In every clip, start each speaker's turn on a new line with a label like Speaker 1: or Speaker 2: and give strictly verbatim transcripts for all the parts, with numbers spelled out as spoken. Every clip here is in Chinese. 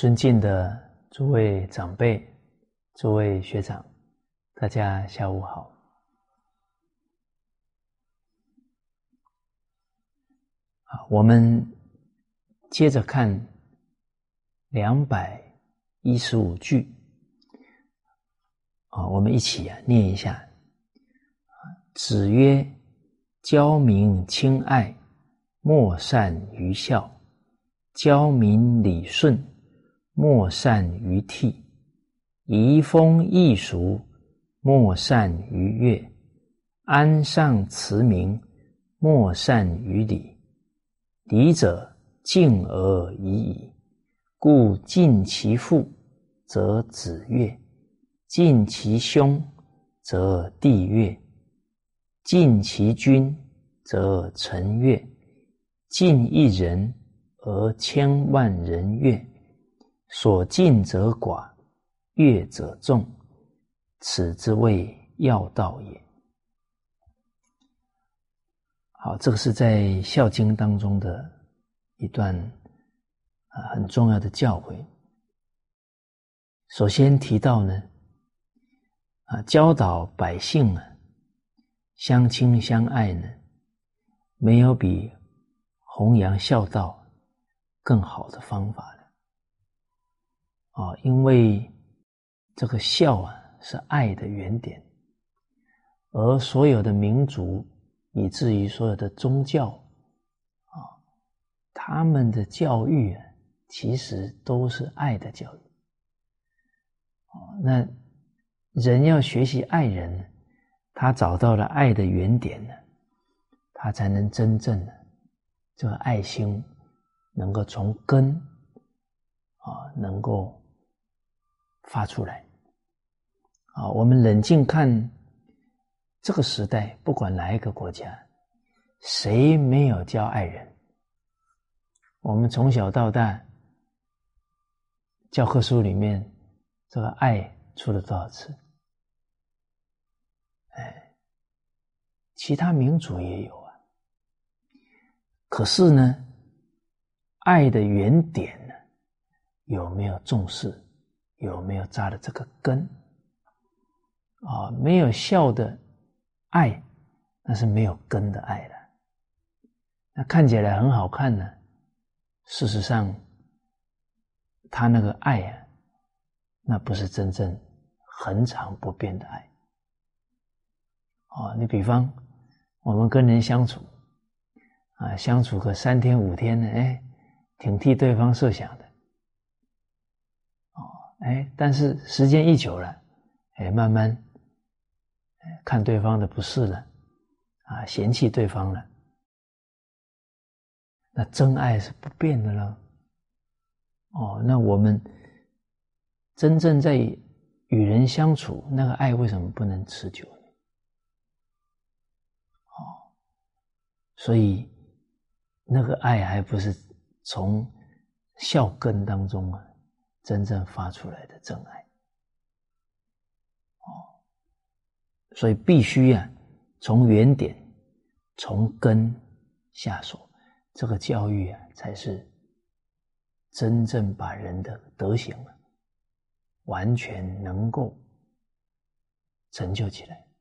Speaker 1: 尊敬的诸位长辈、诸位学长，大家下午好。我们接着看两百一十五句，我们一起啊念一下。子曰：教民亲爱，莫善于孝；教民理顺，莫善于悌；移风易俗，莫善于乐；安上慈民，莫善于礼。礼者，敬而已矣。故敬其父，则子乐；敬其兄，则弟乐；敬其君，则臣乐；敬一人，而千万人乐。所敬者寡，乐者众，此之谓要道也。好，这个是在《孝经》当中的一段啊很重要的教诲。首先提到呢，啊教导百姓啊相亲相爱呢，没有比弘扬孝道更好的方法了。啊，因为这个孝啊是爱的原点，而所有的民族以至于所有的宗教啊，他们的教育啊，其实都是爱的教育。那人要学习爱人，他找到了爱的原点呢，他才能真正的这个爱心能够从根啊能够发出来。啊，我们冷静看这个时代，不管哪一个国家，谁没有教爱人？我们从小到大，教科书里面这个爱出了多少次？哎，其他民族也有啊。可是呢，爱的原点呢，有没有重视？有没有扎了这个根？啊，没有孝的爱，那是没有根的爱了。那看起来很好看呢，事实上，他那个爱啊，那不是真正恒常不变的爱。哦，你比方我们跟人相处啊，相处个三天五天呢，哎，挺替对方设想的。哦，哎，但是时间一久了，哎，慢慢看对方的不是了，啊，嫌弃对方了，那真爱是不变的了。哦，那我们真正在与人相处，那个爱为什么不能持久呢？哦，所以那个爱还不是从孝根当中啊真正发出来的真爱。哦，所以必须啊从原点从根下手，这个教育啊才是真正把人的德行啊完全能够成就起来。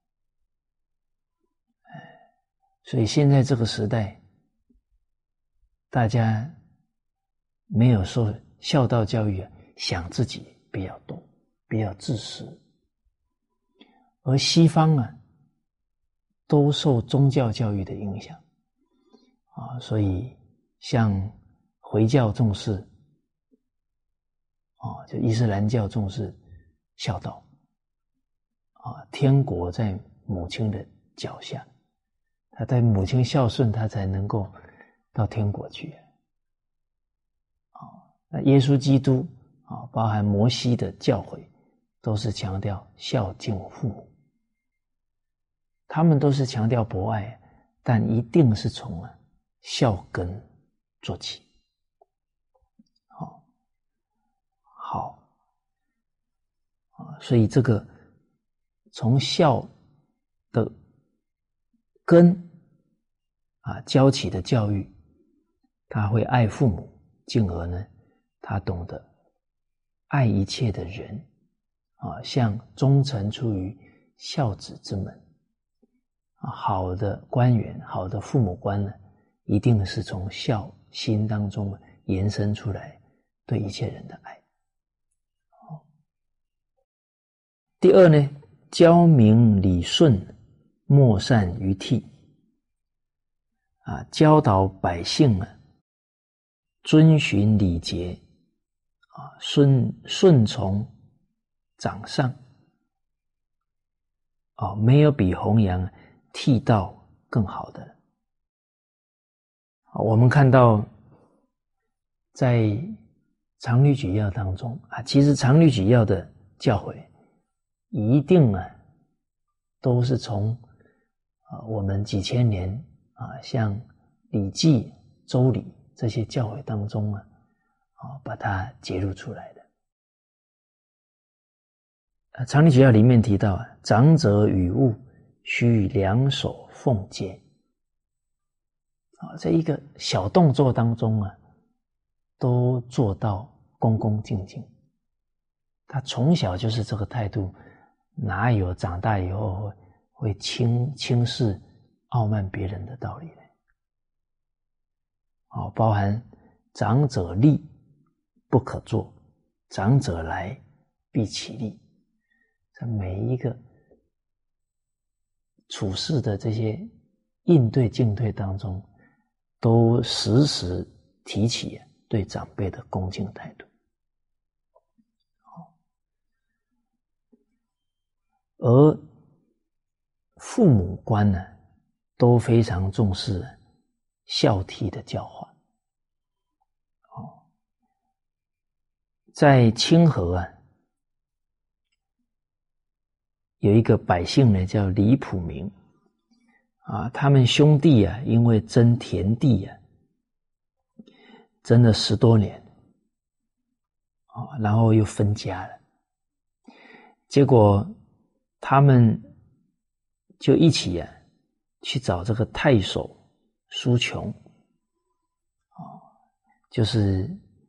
Speaker 1: 所以现在这个时代，大家没有受孝道教育啊，想自己比较多，比较自私。而西方啊都受宗教教育的影响啊，所以像回教重视啊，就伊斯兰教重视孝道啊，天国在母亲的脚下，他对母亲孝顺，他才能够到天国去啊。那耶稣基督啊，包含摩西的教诲，都是强调孝敬父母。他们都是强调博爱，但一定是从啊孝根做起。好，好，啊，所以这个从孝的根啊教起的教育，他会爱父母，进而呢，他懂得爱一切的人啊，像忠诚出于孝子之门啊，好的官员、好的父母官呢，一定是从孝心当中延伸出来对一切人的爱。第二呢，教明理顺，莫善于替啊，教导百姓啊，遵循礼节啊，顺顺从长上啊，没有比弘扬剃道更好的了。我们看到在常律举要当中啊，其实常律举要的教诲一定啊都是从啊我们几千年啊像礼记、周礼这些教诲当中啊啊把它揭露出来的。啊，常律举要里面提到啊，长者与物须两手奉接啊，在一个小动作当中啊，都做到恭恭敬敬。他从小就是这个态度，哪有长大以后会会轻轻视、傲慢别人的道理呢？哦，包含长者立不可坐，长者来必起立。在每一个处事的这些应对进退当中，都时时提起对长辈的恭敬态度。而父母官呢，都非常重视孝悌的教化。哦，在清河啊，有一个百姓呢，叫李普明啊，他们兄弟啊，因为争田地啊，争了十多年啊，然后又分家了，结果他们就一起啊去找这个太守苏琼啊，就是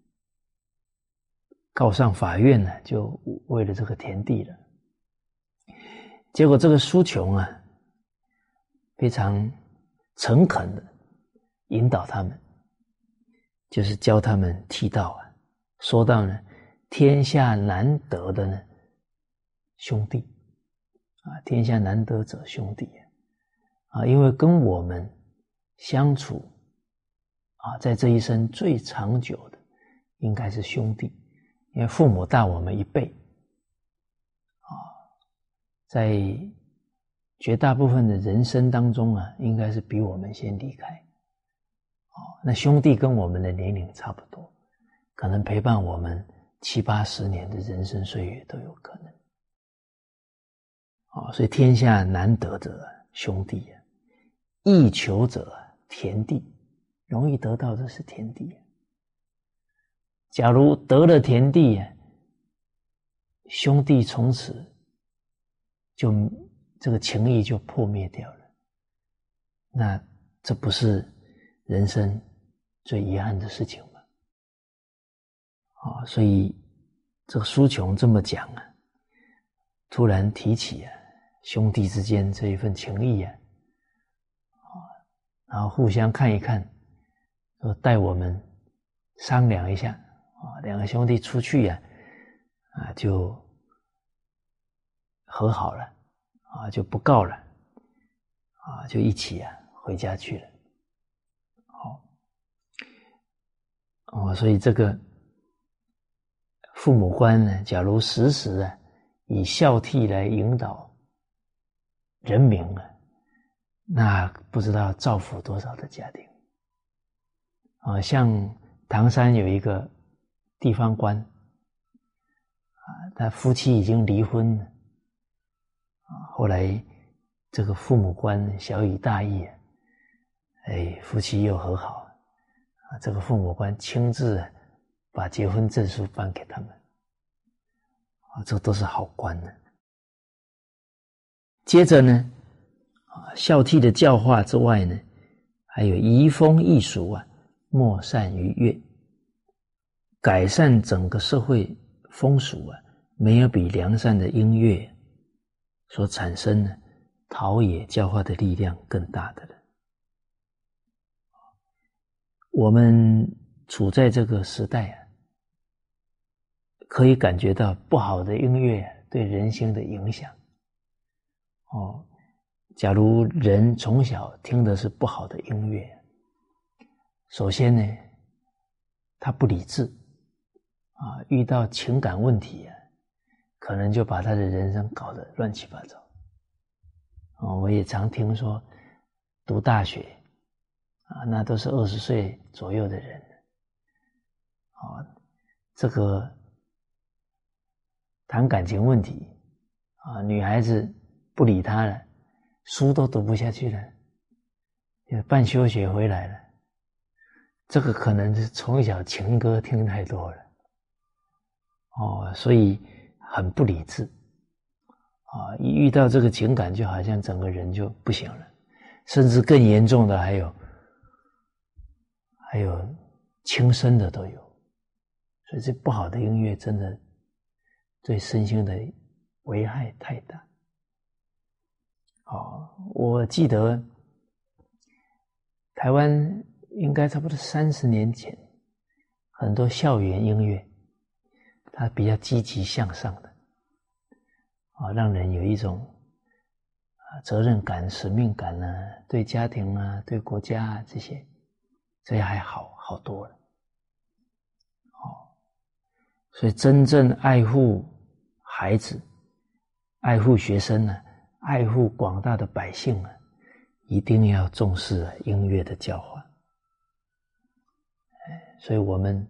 Speaker 1: 告上法院呢，就为了这个田地了。结果这个苏琼啊，非常诚恳的引导他们，就是教他们剃道啊。说到呢，天下难得的呢兄弟啊，天下难得者兄弟啊，因为跟我们相处啊，在这一生最长久的应该是兄弟，因为父母大我们一辈啊，在绝大部分的人生当中啊，应该是比我们先离开啊，那兄弟跟我们的年龄差不多，可能陪伴我们七八十年的人生岁月都有可能啊，所以天下难得者兄弟啊，易求者田地，容易得到的是田地。假如得了田地啊，兄弟从此就这个情谊就破灭掉了，那这不是人生最遗憾的事情吗？啊，所以这个苏琼这么讲啊，突然提起啊兄弟之间这一份情谊啊，然后互相看一看，说带我们商量一下啊，两个兄弟出去呀，啊就和好了啊，就不告了啊，就一起啊回家去了。好，哦，所以这个父母官呢，假如时时啊以孝悌来引导人民啊，那不知道造福多少的家庭啊！像唐山有一个地方官啊，他夫妻已经离婚了啊，后来这个父母官小以大义，哎，夫妻又和好啊，这个父母官亲自把结婚证书颁给他们啊，这都是好官呢。接着呢，啊，孝悌的教化之外呢，还有移风易俗啊，莫善于乐，改善整个社会风俗啊，没有比良善的音乐所产生的陶冶教化的力量更大的了。我们处在这个时代啊，可以感觉到不好的音乐对人心的影响。哦，假如人从小听的是不好的音乐，首先呢，他不理智啊，遇到情感问题啊，可能就把他的人生搞得乱七八糟。哦，我也常听说，读大学啊，那都是二十岁左右的人，啊，这个谈感情问题啊，女孩子不理他了，书都读不下去了，半休学回来了，这个可能是从小情歌听太多了，哦，所以很不理智啊！一遇到这个情感，就好像整个人就不行了，甚至更严重的还有还有轻生的都有，所以这不好的音乐真的对身心的危害太大。哦，我记得台湾应该差不多三十年前，很多校园音乐它比较积极向上的，啊，让人有一种啊责任感、使命感啊，对家庭啊、对国家啊这些，这些还好好多了。哦，所以真正爱护孩子、爱护学生呢、啊，爱护广大的百姓啊，一定要重视音乐的教化。所以我们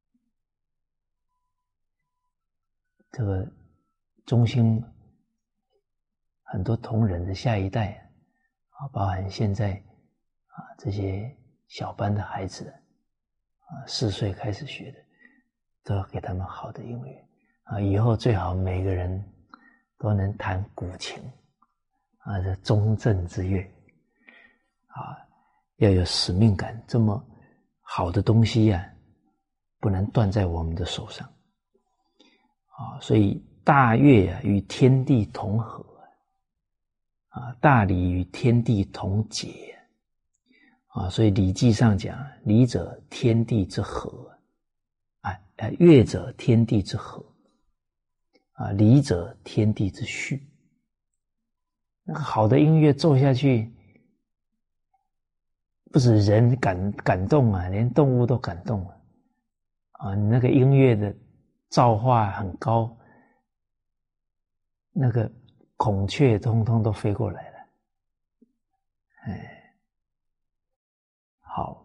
Speaker 1: 这个中兴很多同仁的下一代啊，包含现在啊这些小班的孩子啊，四岁开始学的，都要给他们好的音乐啊，以后最好每个人都能弹古琴啊，这中正之乐啊，要有使命感，这么好的东西啊，不能断在我们的手上啊！所以大乐啊与天地同和啊，大礼与天地同节啊！所以《礼记》上讲，礼者天地之和啊，呃，乐者天地之和啊，礼者天地之序。那个好的音乐奏下去，不止人感感动啊，连动物都感动了啊！你那个音乐的造化很高，那个孔雀通通都飞过来了。哎，好，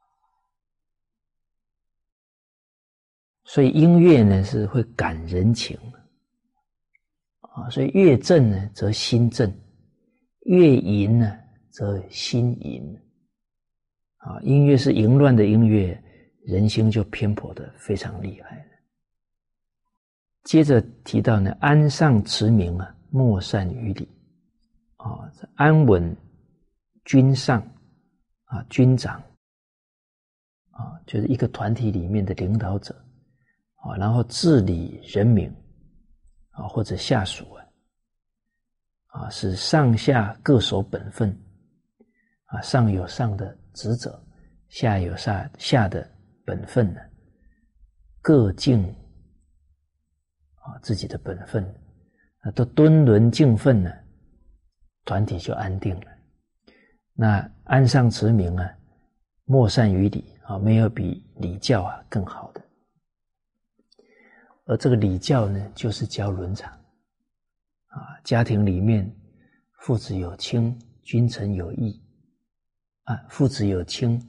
Speaker 1: 所以音乐呢是会感人情啊，所以乐正呢则心正，乐淫呢则心淫啊。音乐是淫乱的音乐，人心就偏颇的非常厉害了。接着提到呢，安上持名啊，莫善于礼啊，安稳君上啊，军长啊，就是一个团体里面的领导者啊，然后治理人民啊，或者下属啊，啊，使上下各守本分啊，上有上的职责，下有下下的本分呢，各尽啊自己的本分啊，都敦伦敬分呢，团体就安定了。那安上持名啊，莫善于礼啊，没有比礼教啊更好的。而这个礼教呢，就是教伦常啊，家庭里面父子有亲，君臣有义啊，父子有亲，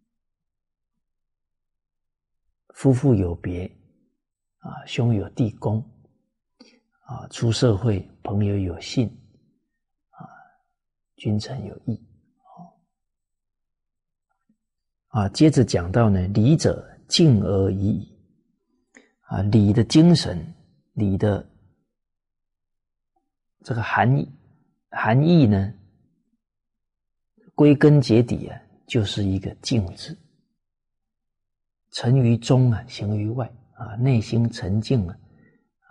Speaker 1: 夫妇有别啊，兄有弟恭啊，出社会朋友有信啊，君臣有义啊。接着讲到呢，礼者敬而已矣啊，礼的精神，礼的这个含义含义呢，归根结底啊，就是一个静字，沉于中啊，行于外啊，内心沉静啊，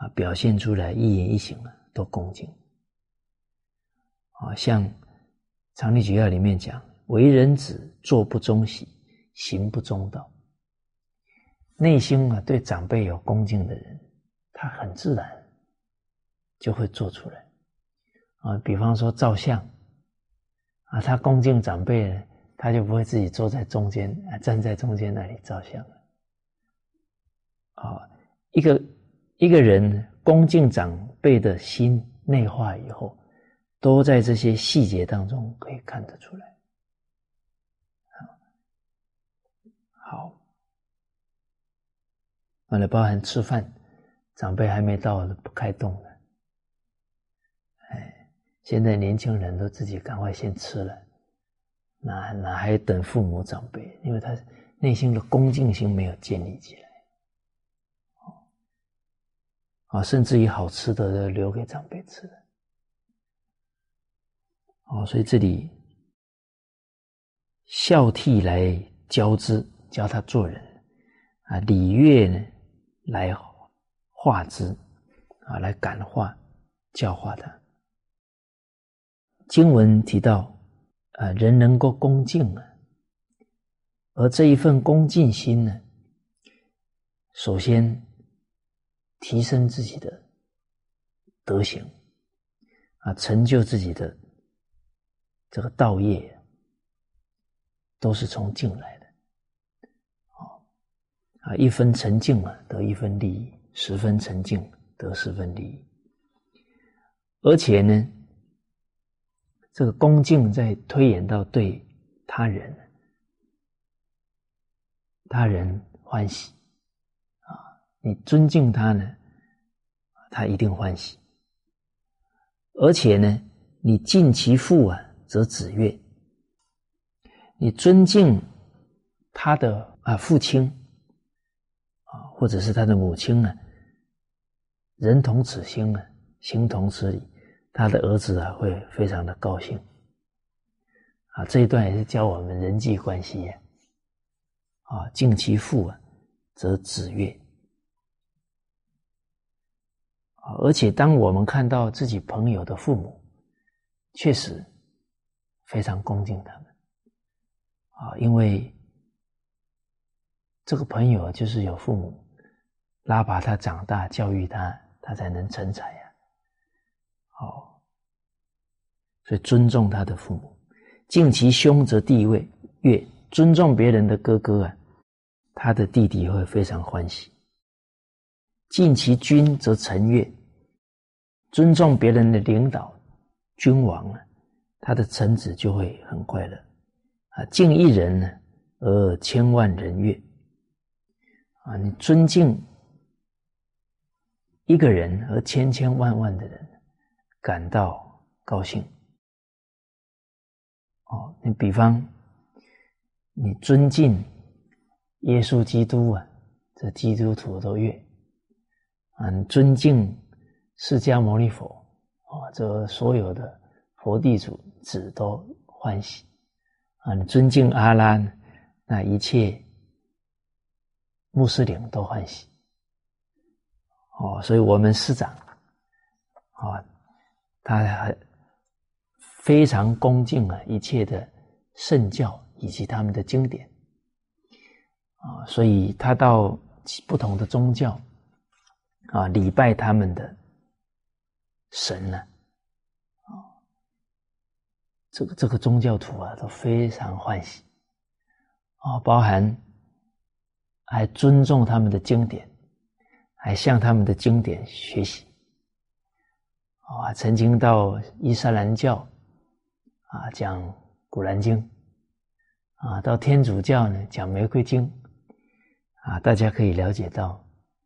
Speaker 1: 啊，表现出来一言一行啊都恭敬。啊，像《常理举要》里面讲，为人子坐不中喜，行不中道。内心啊对长辈有恭敬的人，他很自然就会做出来。啊，比方说照相啊，他恭敬长辈，他就不会自己坐在中间，啊，站在中间那里照相了。啊，一个一个人恭敬长辈的心内化以后，都在这些细节当中可以看得出来。好，完了，包含吃饭，长辈还没到不开动呢。哎。现在年轻人都自己赶快先吃了，哪哪还等父母长辈？因为他内心的恭敬心没有建立起来，啊，甚至于好吃的都留给长辈吃的，哦，所以这里孝悌来教之，教他做人啊；礼乐呢来化之啊，来感化教化他。经文提到，啊，人能够恭敬啊，而这一份恭敬心呢，首先提升自己的德行，啊，成就自己的这个道业，都是从敬来的。啊，一分沉静啊，得一分利益；十分沉静，得十分利益。而且呢，这个恭敬再推演到对他人，他人欢喜啊，你尊敬他呢，他一定欢喜。而且呢，你敬其父啊，则子悦。你尊敬他的啊父亲啊，或者是他的母亲啊，人同此心啊，心同此理，他的儿子啊会非常的高兴啊。这一段也是教我们人际关系呀，啊，敬其父啊，则子悦。啊，而且当我们看到自己朋友的父母，确实非常恭敬他们啊，因为这个朋友就是有父母拉拔他长大，教育他，他才能成才呀。哦，所以尊重他的父母。敬其兄则弟位悦，尊重别人的哥哥啊，他的弟弟会非常欢喜。敬其君则臣悦，尊重别人的领导君王啊，他的臣子就会很快乐啊。敬一人呢，而千万人悦啊，你尊敬一个人，而千千万万的人感到高兴。哦，你比方你尊敬耶稣基督啊，这基督徒都悦啊；你尊敬释迦牟尼佛啊，这所有的佛弟子都欢喜啊；你尊敬阿拉，那一切穆斯林都欢喜。哦，所以我们师长啊，他非常恭敬啊一切的圣教以及他们的经典啊，所以他到不同的宗教啊礼拜他们的神呢啊，这个这个宗教徒啊都非常欢喜啊，包含还尊重他们的经典，还向他们的经典学习啊，曾经到伊斯兰教啊讲古兰经啊，到天主教呢讲玫瑰经啊，大家可以了解到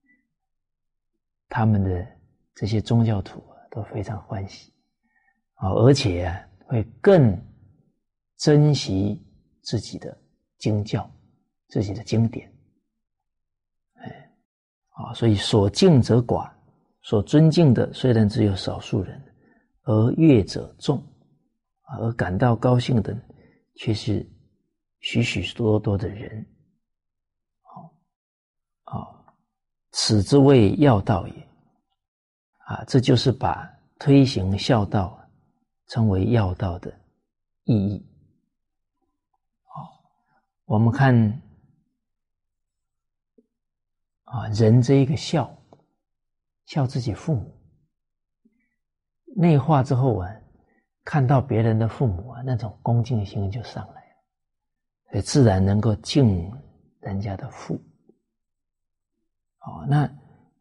Speaker 1: 他们的这些宗教徒都非常欢喜啊，而且啊会更珍惜自己的经教，自己的经典。哎，啊，所以所敬则寡，所尊敬的虽然只有少数人，而悦者众，而感到高兴的却是许许多多的人。好，啊，此之谓要道也。 啊，这就是把推行孝道称为要道的意义。好，我们看啊，人这一个孝，孝自己父母，内化之后啊，看到别人的父母啊，那种恭敬心就上来了，所以自然能够敬人家的父。哦，那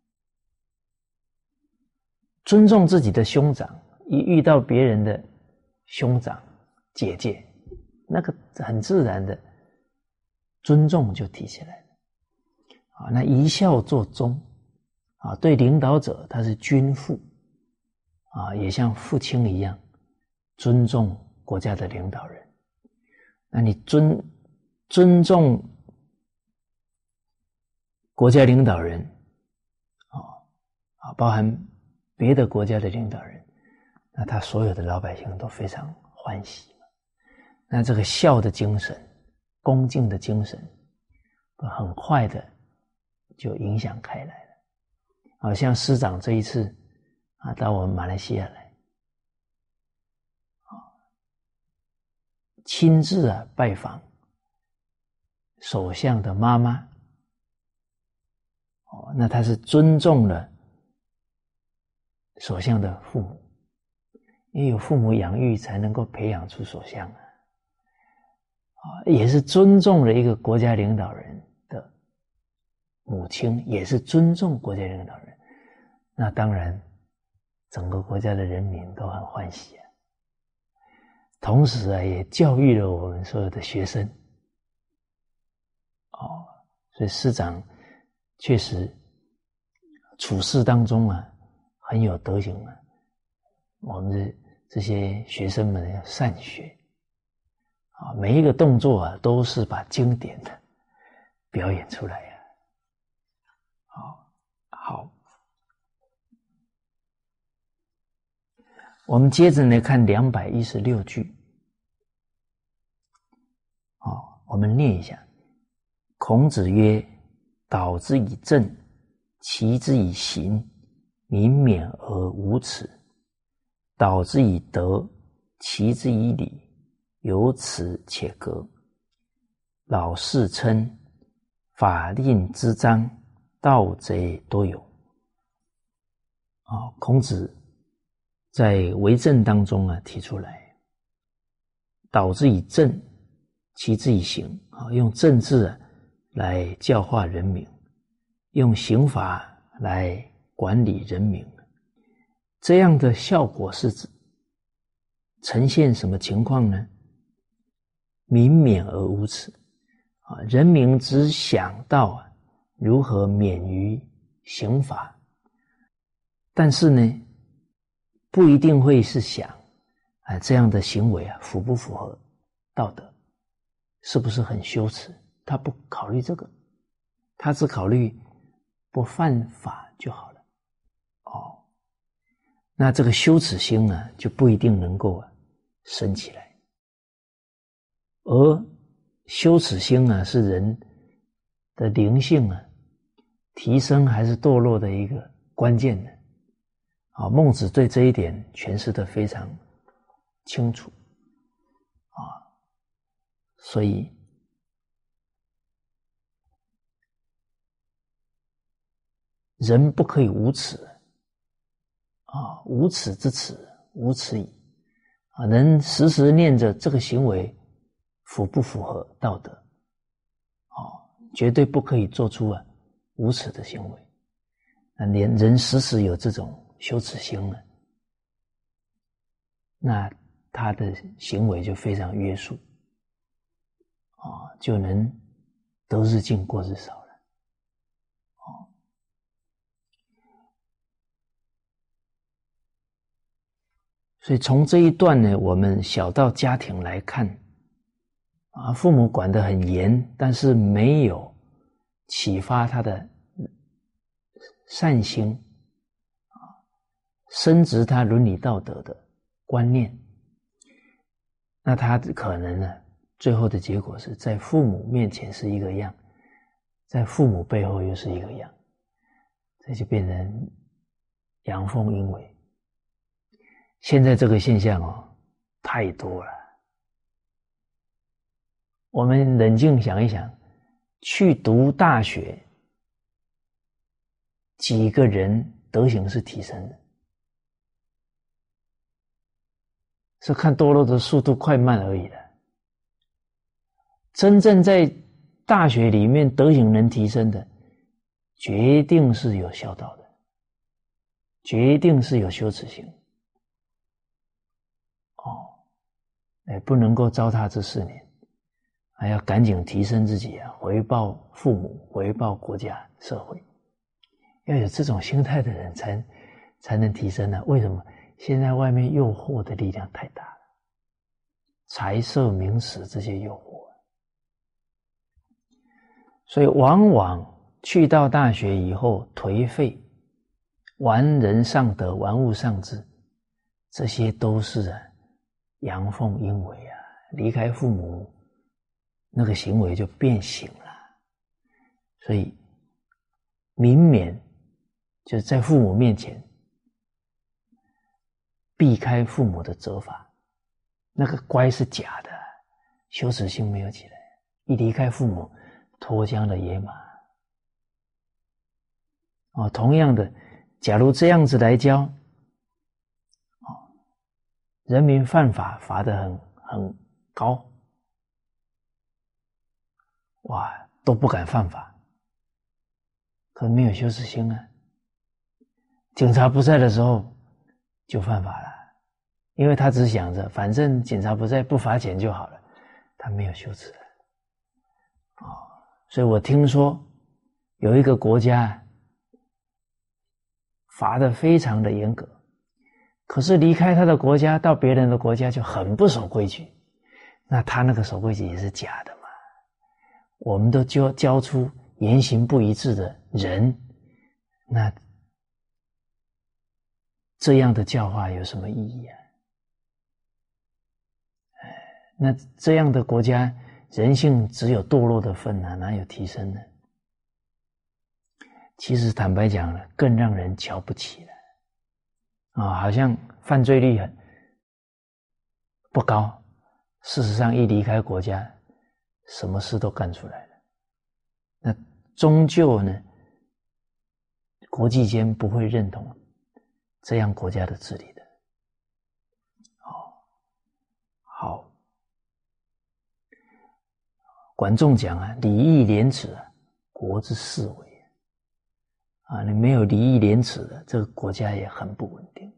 Speaker 1: 尊重自己的兄长，一遇到别人的兄长姐姐，那个很自然的尊重就提起来了。啊，那一孝作忠啊，对领导者他是君父啊，也像父亲一样尊重国家的领导人。那你尊尊重国家领导人啊啊，包含别的国家的领导人，那他所有的老百姓都非常欢喜。那这个孝的精神、恭敬的精神，很快的就影响开来了。好像师长这一次啊，到我们马来西亚来，亲自啊拜访首相的妈妈，哦，那他是尊重了首相的父母，因为有父母养育才能够培养出首相啊，也是尊重了一个国家领导人的母亲，也是尊重国家领导人，那当然整个国家的人民都很欢喜啊。同时啊，也教育了我们所有的学生。哦，所以师长确实处事当中啊很有德行啊，我们的这些学生们要善学啊，每一个动作啊都是把经典的表演出来呀。好，好，我们接着呢看两百一十六句。好，我们念一下。孔子曰：导之以政，齐之以刑，民免而无耻；导之以德，齐之以礼，有耻且格。老氏称，法令之章，盗贼多有。啊，孔子在为政当中啊提出来，导之以政，齐之以刑啊，用政治啊来教化人民，用刑法来管理人民，这样的效果是指呈现什么情况呢？民免而无耻啊，人民只想到啊如何免于刑罚，但是呢不一定会是想啊这样的行为啊符不符合道德，是不是很羞耻，他不考虑这个，他只考虑不犯法就好了。哦，那这个羞耻心啊就不一定能够啊升起来。而羞耻心啊是人的灵性啊提升还是堕落的一个关键的。啊，孟子对这一点诠释得非常清楚啊，所以人不可以无耻啊，无耻之耻，无耻矣啊！人时时念着这个行为符不符合道德啊，绝对不可以做出啊无耻的行为。那连人时时有这种羞耻心了，那他的行为就非常约束啊，就能得日进过日少了。哦，所以从这一段呢，我们小到家庭来看啊，父母管得很严，但是没有启发他的善心啊，深植他伦理道德的观念，那他可能呢，最后的结果是在父母面前是一个样，在父母背后又是一个样，这就变成阳奉阴违。现在这个现象哦，太多了。我们冷静想一想，去读大学，几个人德行是提升的？是看堕落的速度快慢而已的。真正在大学里面德行能提升的，决定是有孝道的，决定是有羞耻心。哦，哎，不能够糟蹋这四年，还要赶紧提升自己啊，回报父母，回报国家社会。要有这种心态的人才才能提升呢、啊。为什么？现在外面诱惑的力量太大了，财色名食这些诱惑，所以往往去到大学以后颓废，玩人丧德，玩物丧志，这些都是啊阳奉阴违啊，离开父母那个行为就变形了。所以民免就是在父母面前避开父母的责罚，那个乖是假的，羞耻心没有起来，一离开父母脱缰的野马。哦，同样的，假如这样子来教，哦，人民犯法罚得很很高，哇，都不敢犯法，可没有羞耻心啊。警察不在的时候就犯法了，因为他只想着反正警察不在，不罚钱就好了，他没有羞耻了。哦，所以我听说有一个国家罚得非常的严格，可是离开他的国家到别人的国家就很不守规矩，那他那个守规矩也是假的嘛。我们都教教出言行不一致的人，那这样的教化有什么意义啊？那这样的国家人性只有堕落的份啊，哪有提升呢？其实坦白讲了，更让人瞧不起了啊、哦，好像犯罪率很不高，事实上一离开国家，什么事都干出来了。那终究呢，国际间不会认同这样国家的治理的。好，好，管仲讲啊，礼义廉耻啊，国之四维啊，你没有礼义廉耻的，这个国家也很不稳定。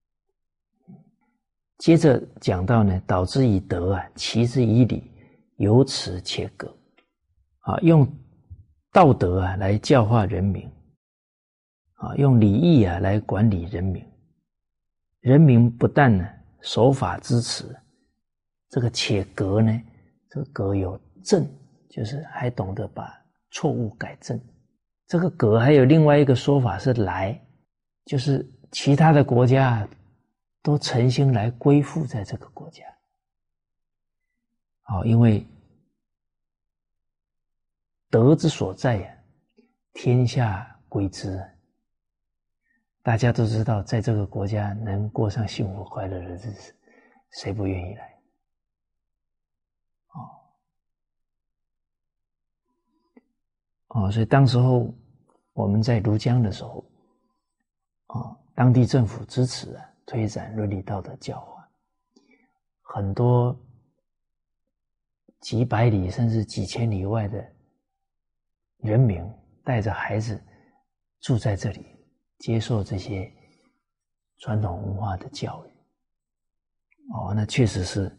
Speaker 1: 接着讲到呢，导之以德啊，齐之以礼，有耻且格啊，用道德啊来教化人民啊，用礼义啊来管理人民。人民不但呢守法支持，这个且格呢，这个格有正，就是还懂得把错误改正。这个格还有另外一个说法是来，就是其他的国家都诚心来归附在这个国家。好，因为德之所在呀，天下归之。大家都知道，在这个国家能过上幸福快乐的日子，谁不愿意来？哦，哦，所以当时候我们在庐江的时候，哦，当地政府支持啊，推展伦理道德教化，很多几百里甚至几千里外的人民带着孩子住在这里，接受这些传统文化的教育。哦，那确实是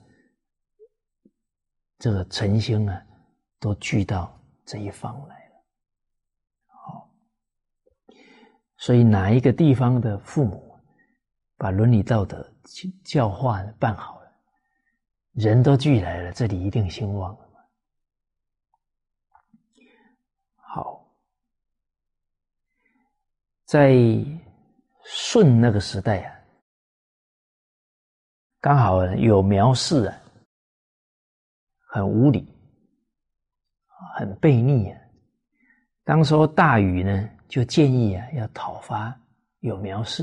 Speaker 1: 这个诚心啊，都聚到这一方来了。好，所以哪一个地方的父母把伦理道德教化办好了，人都聚来了，这里一定兴旺了嘛。好，在舜那个时代啊，刚好有苗氏啊，很无理，很悖逆啊。当时候大禹呢，就建议啊，要讨伐有苗氏。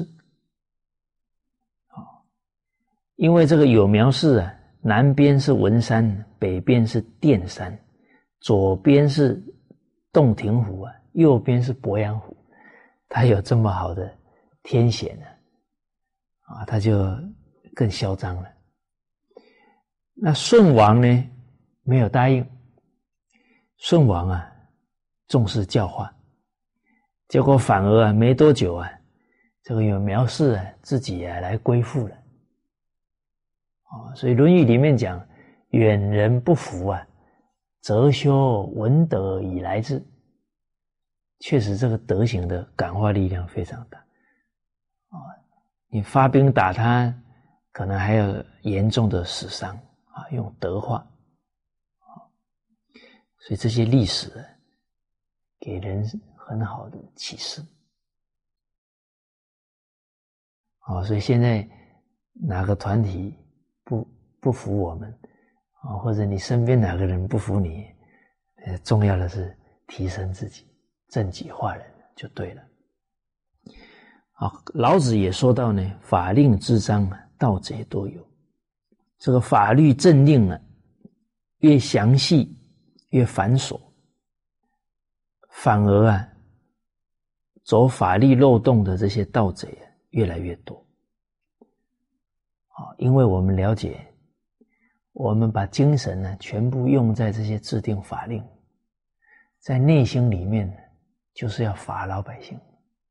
Speaker 1: 因为这个有苗氏啊，南边是文山，北边是淀山，左边是洞庭湖啊，右边是鄱阳湖，他有这么好的天险啊，啊，他就更嚣张了。那舜王呢，没有答应。舜王啊，重视教化，结果反而啊，没多久啊，这个有苗氏啊，自己啊来归附了。所以《论语》里面讲，远人不服啊，则修文德以来之。确实这个德行的感化力量非常大。你发兵打他，可能还有严重的死伤啊，用德化。所以这些历史给人很好的启示。所以现在哪个团体不不服我们啊，或者你身边哪个人不服你，呃，重要的是提升自己，正己化人就对了。好，老子也说到呢，法令之章，盗贼多有。这个法律政令啊，越详细越繁琐，反而啊，走法律漏洞的这些盗贼啊，越来越多。因为我们了解，我们把精神呢全部用在这些制定法令，在内心里面就是要罚老百姓。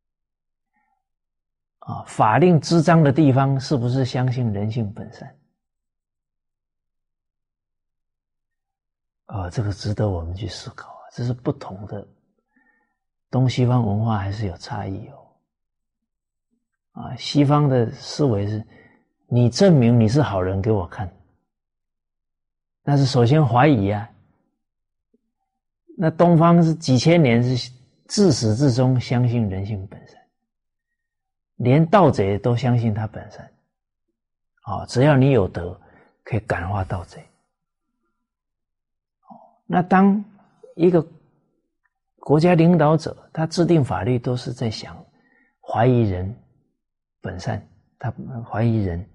Speaker 1: 啊，法令之章的地方是不是相信人性本善？啊，这个值得我们去思考啊，这是不同的，东西方文化还是有差异哦。啊，西方的思维是，你证明你是好人给我看，那是首先怀疑啊。那东方是几千年是自始至终相信人性本善，连盗贼都相信他本善。哦，只要你有德，可以感化盗贼。那当一个国家领导者，他制定法律都是在想怀疑人本善，他怀疑人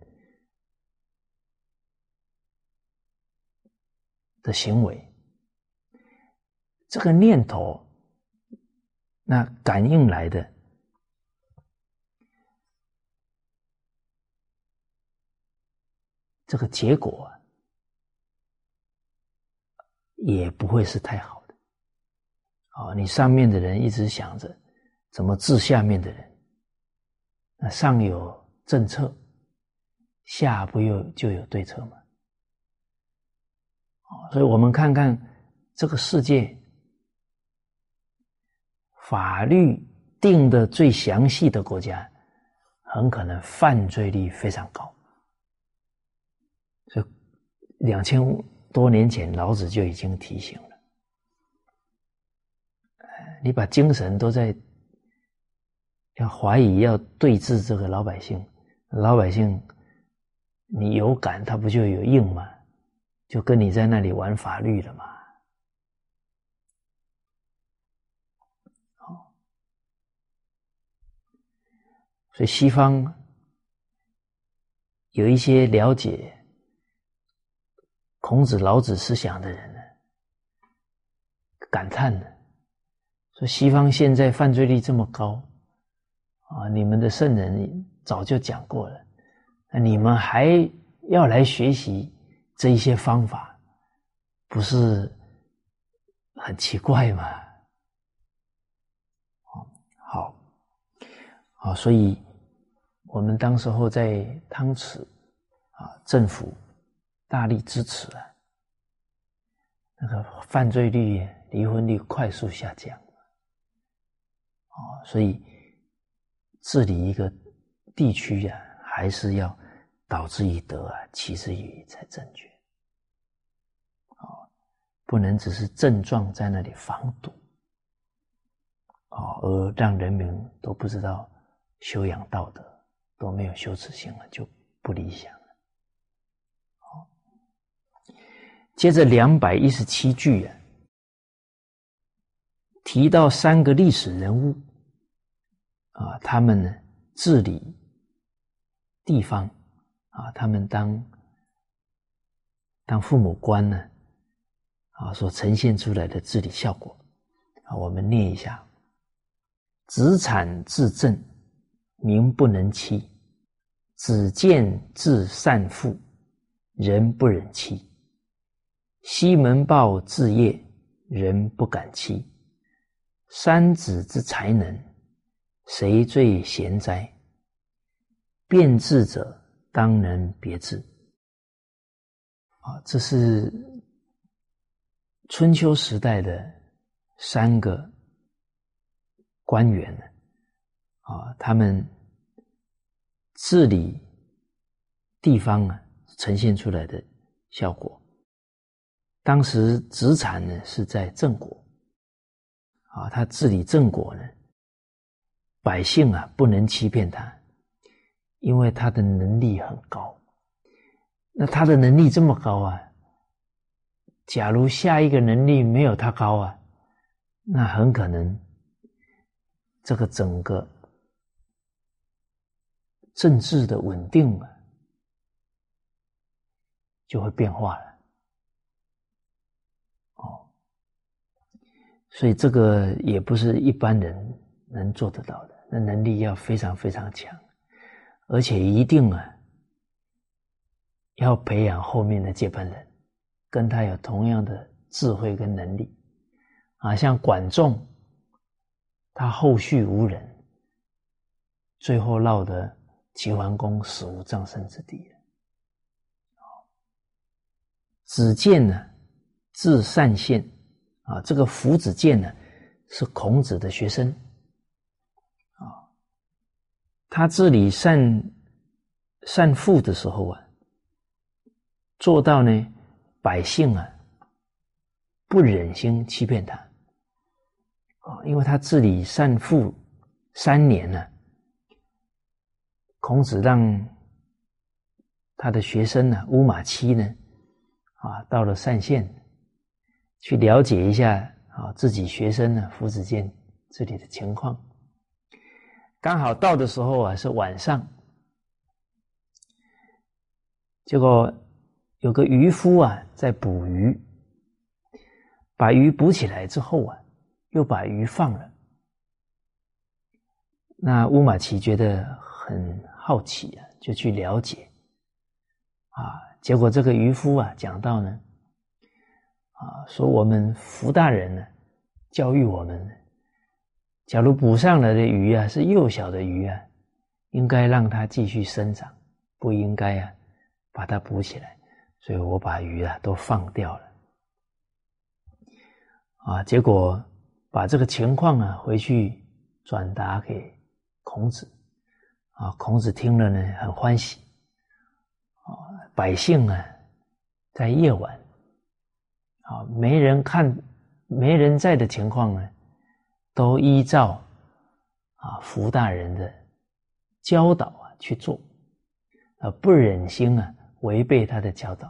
Speaker 1: 的行为，这个念头，那感应来的这个结果啊，也不会是太好的。哦，你上面的人一直想着怎么治下面的人，那上有政策，下不有就有对策吗？哦，所以我们看看这个世界，法律定的最详细的国家，很可能犯罪率非常高。所以两千多年前老子就已经提醒了，你把精神都在要怀疑要对治这个老百姓，老百姓你有感他不就有应吗？就跟你在那里玩法律了嘛。所以西方有一些了解孔子老子思想的人呢，感叹呢，说西方现在犯罪率这么高啊，你们的圣人早就讲过了，那你们还要来学习这一些方法，不是很奇怪吗？好，好，所以我们当时候在汤池啊，政府大力支持啊，那个犯罪率、离婚率快速下降。哦，所以治理一个地区啊，还是要导之以德啊，齐之以义才正确。哦，不能只是症状在那里防堵，哦，而让人民都不知道修养道德，都没有羞耻心了，就不理想了。好，接着两百一十七句啊，提到三个历史人物啊，他们呢治理地方啊，他们当当父母官呢啊，所呈现出来的治理效果啊，我们念一下：子产自正，民不能欺；子建自善富，人不忍欺。西门豹自业，人不敢欺。三子之才能，谁最贤哉？辨智者，当能别智。啊，这是春秋时代的三个官员啊，他们治理地方啊呈现出来的效果。当时子产呢是在郑国啊，他治理郑国呢，百姓啊不能欺骗他，因为他的能力很高。那他的能力这么高啊，假如下一个能力没有他高啊，那很可能这个整个政治的稳定啊就会变化了。哦，所以这个也不是一般人能做得到的，那能力要非常非常强，而且一定啊要培养后面的接班人，跟他有同样的智慧跟能力啊。像管仲，他后续无人，最后落得齐桓公死无葬身之地了。子建呢，字善献啊，这个夫子建呢是孔子的学生啊，他治理善善富的时候啊，做到呢百姓啊不忍心欺骗他啊，因为他治理善富三年呢，孔子让他的学生呢乌马期呢啊到了单县去了解一下啊自己学生呢夫子建这里的情况。刚好到的时候啊是晚上，结果有个渔夫啊在捕鱼，把鱼捕起来之后啊又把鱼放了。那乌马奇觉得很好奇啊，就去了解啊，结果这个渔夫啊讲到呢啊，说我们福大人呢教育我们，假如捕上来的鱼啊是幼小的鱼啊，应该让它继续生长，不应该啊把它捕起来，所以我把鱼啊都放掉了啊。结果把这个情况啊回去转达给孔子啊，孔子听了呢很欢喜啊，百姓啊在夜晚啊没人看没人在的情况呢，都依照啊福大人的教导啊去做，啊不忍心啊违背他的教导。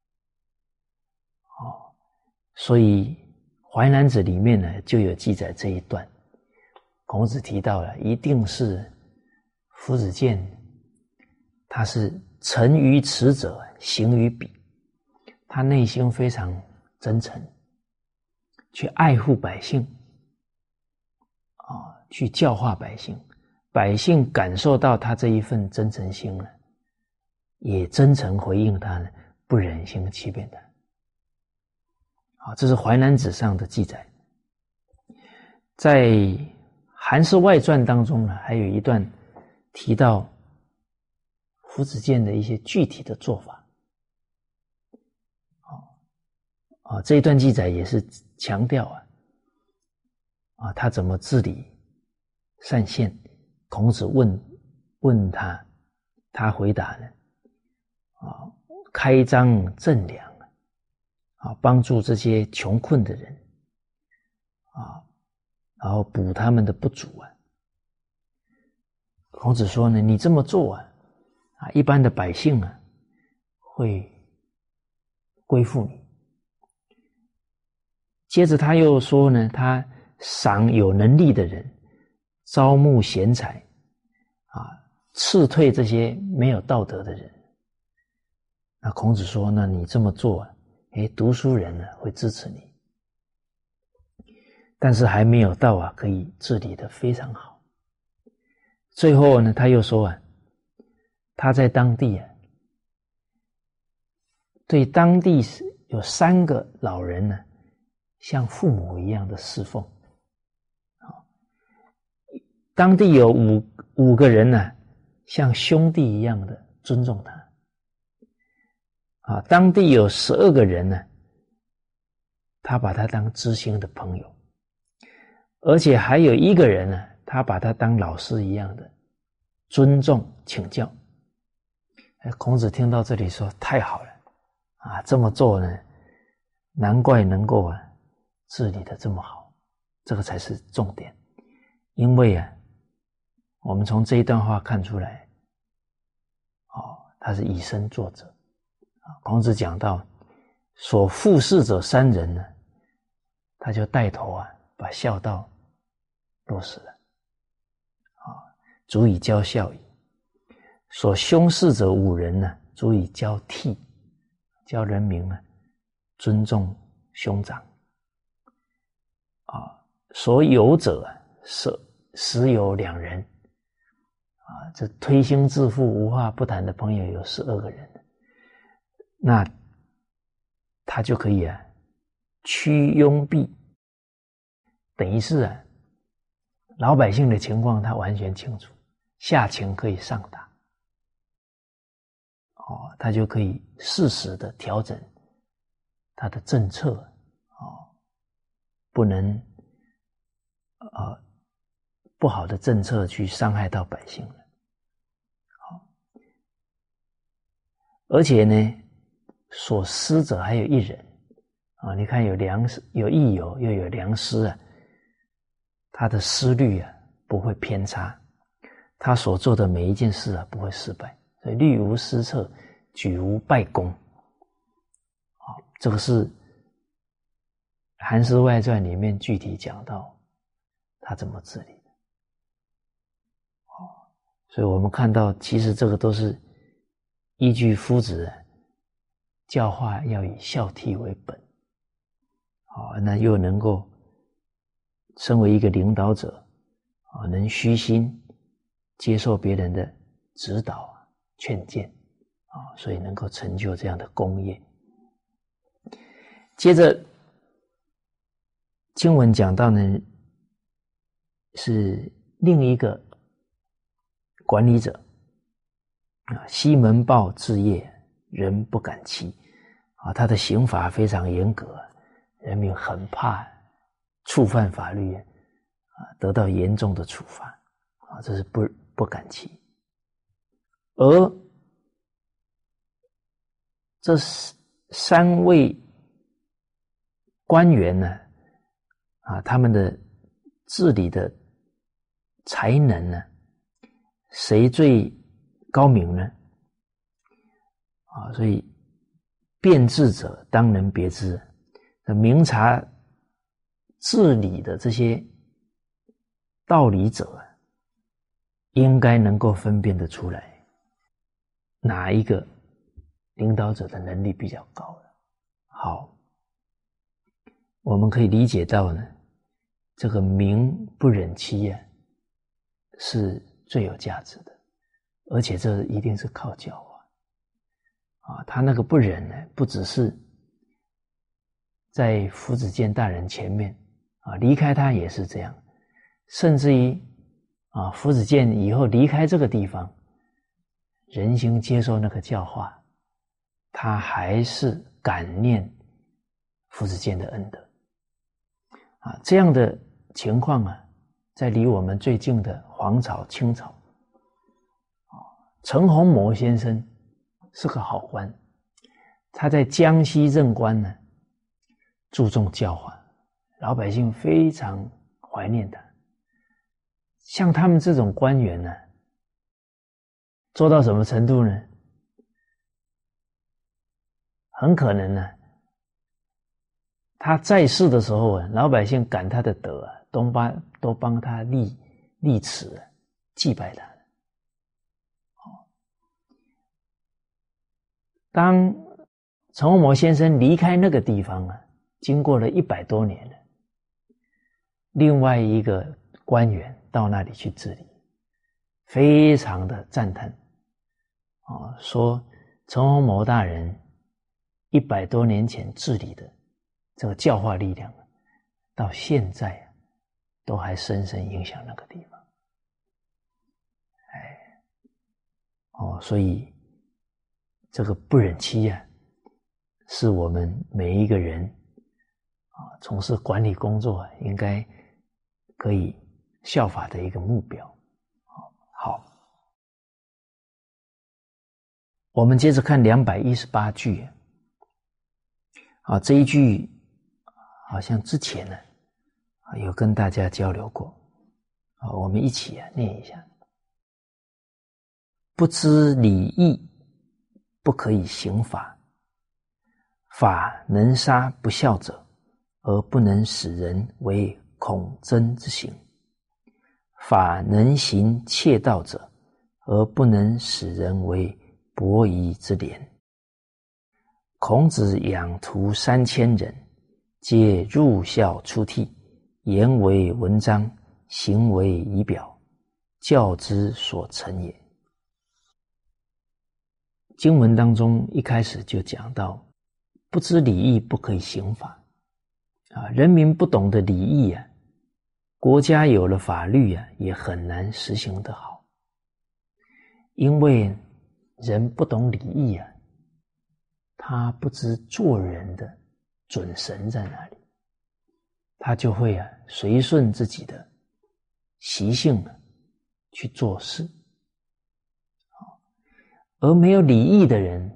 Speaker 1: 哦，所以《淮南子》里面呢就有记载这一段，孔子提到了，一定是夫子建，他是诚于此者，行于彼，他内心非常真诚，去爱护百姓啊，去教化百姓，百姓感受到他这一份真诚心了，也真诚回应他呢，不忍心欺骗他。好，这是《淮南子》上的记载。在《韩氏外传》当中呢，还有一段提到夫子建的一些具体的做法。啊，这一段记载也是强调啊，啊，他怎么治理单县？孔子问问他，他回答呢，啊，开张赈粮，啊，帮助这些穷困的人，啊，然后补他们的不足啊。孔子说呢，你这么做啊，啊，一般的百姓啊，会归附你。接着他又说呢，他赏有能力的人，招募贤才，啊， 斥退这些没有道德的人。那孔子说，那你这么做啊，诶，读书人呢会支持你，但是还没有到啊可以治理得非常好。最后呢，他又说啊，他在当地啊，对当地有三个老人呢，像父母一样的侍奉。当地有五五个人呢，像兄弟一样的尊重他。啊，当地有十二个人呢，他把他当知心的朋友，而且还有一个人呢，他把他当老师一样的尊重请教。孔子听到这里说，太好了啊，这么做呢，难怪能够啊治理得这么好，这个才是重点。因为啊，我们从这一段话看出来，哦，他是以身作则。孔子讲到，所复事者三人呢，他就带头啊，把孝道落实了，啊，足以教孝矣。所兄事者五人呢，足以教悌，教人民呢尊重兄长。啊，所有者是实有两人，啊，这推心置腹、无话不谈的朋友有十二个人。那他就可以啊驱庸蔽，等于是啊老百姓的情况他完全清楚，下情可以上达，哦，他就可以适时的调整他的政策，哦，不能呃不好的政策去伤害到百姓了，好，而且呢，所施者还有一人啊，你看有良师，有益友，又有良师啊，他的思虑啊不会偏差，他所做的每一件事啊不会失败，所以虑无失策，举无败功。好，这个是《韩诗外传》里面具体讲到他怎么治理的。好，所以我们看到，其实这个都是依据夫子教化要以孝悌为本，好，那又能够身为一个领导者，啊，能虚心接受别人的指导、劝谏，啊，所以能够成就这样的功业。接着经文讲到呢，是另一个管理者啊，西门豹治业，人不敢欺啊，他的刑罚非常严格，人民很怕触犯法律啊，得到严重的处罚啊，这是不不敢欺。而这三位官员呢，啊，他们的治理的才能呢，谁最高明呢？啊，所以辨治者当能别之。明察治理的这些道理者，应该能够分辨得出来，哪一个领导者的能力比较高了。好，我们可以理解到呢，这个民不忍欺啊，是最有价值的，而且这一定是靠教化啊。他那个不忍呢，不只是在夫子监大人前面啊，离开他也是这样，甚至于啊，夫子监以后离开这个地方，人心接受那个教化，他还是感念夫子监的恩德啊。这样的情况啊，在离我们最近的黄朝、清朝啊，陈洪谟先生是个好官，他在江西任官呢，注重教化，老百姓非常怀念他。像他们这种官员呢，做到什么程度呢？很可能呢，他在世的时候啊，老百姓感他的德啊，都帮都帮他立立祠，祭拜他。 当陈洪谋先生离开那个地方啊，经过了一百多年了，另外一个官员到那里去治理，非常的赞叹啊，说陈洪谋大人一百多年前治理的这个教化力量，到现在啊，都还深深影响那个地方。哎，哦，所以这个不忍欺啊，是我们每一个人啊从事管理工作应该可以效法的一个目标。好，我们接着看两百一十八句。啊，这一句好像之前呢有跟大家交流过，啊，我们一起啊念一下。不知礼义，不可以行法。法能杀不孝者，而不能使人为恐憎之行。法能行窃盗者，而不能使人为伯夷之廉。孔子养徒三千人，皆入校出涕，言为文章，行为仪表，教之所成也。经文当中一开始就讲到，不知礼义不可以行法啊，人民不懂得礼义啊，国家有了法律啊，也很难实行得好。因为人不懂礼义啊，他不知做人的准绳在哪里，他就会啊随顺自己的习性啊去做事。而没有礼义的人，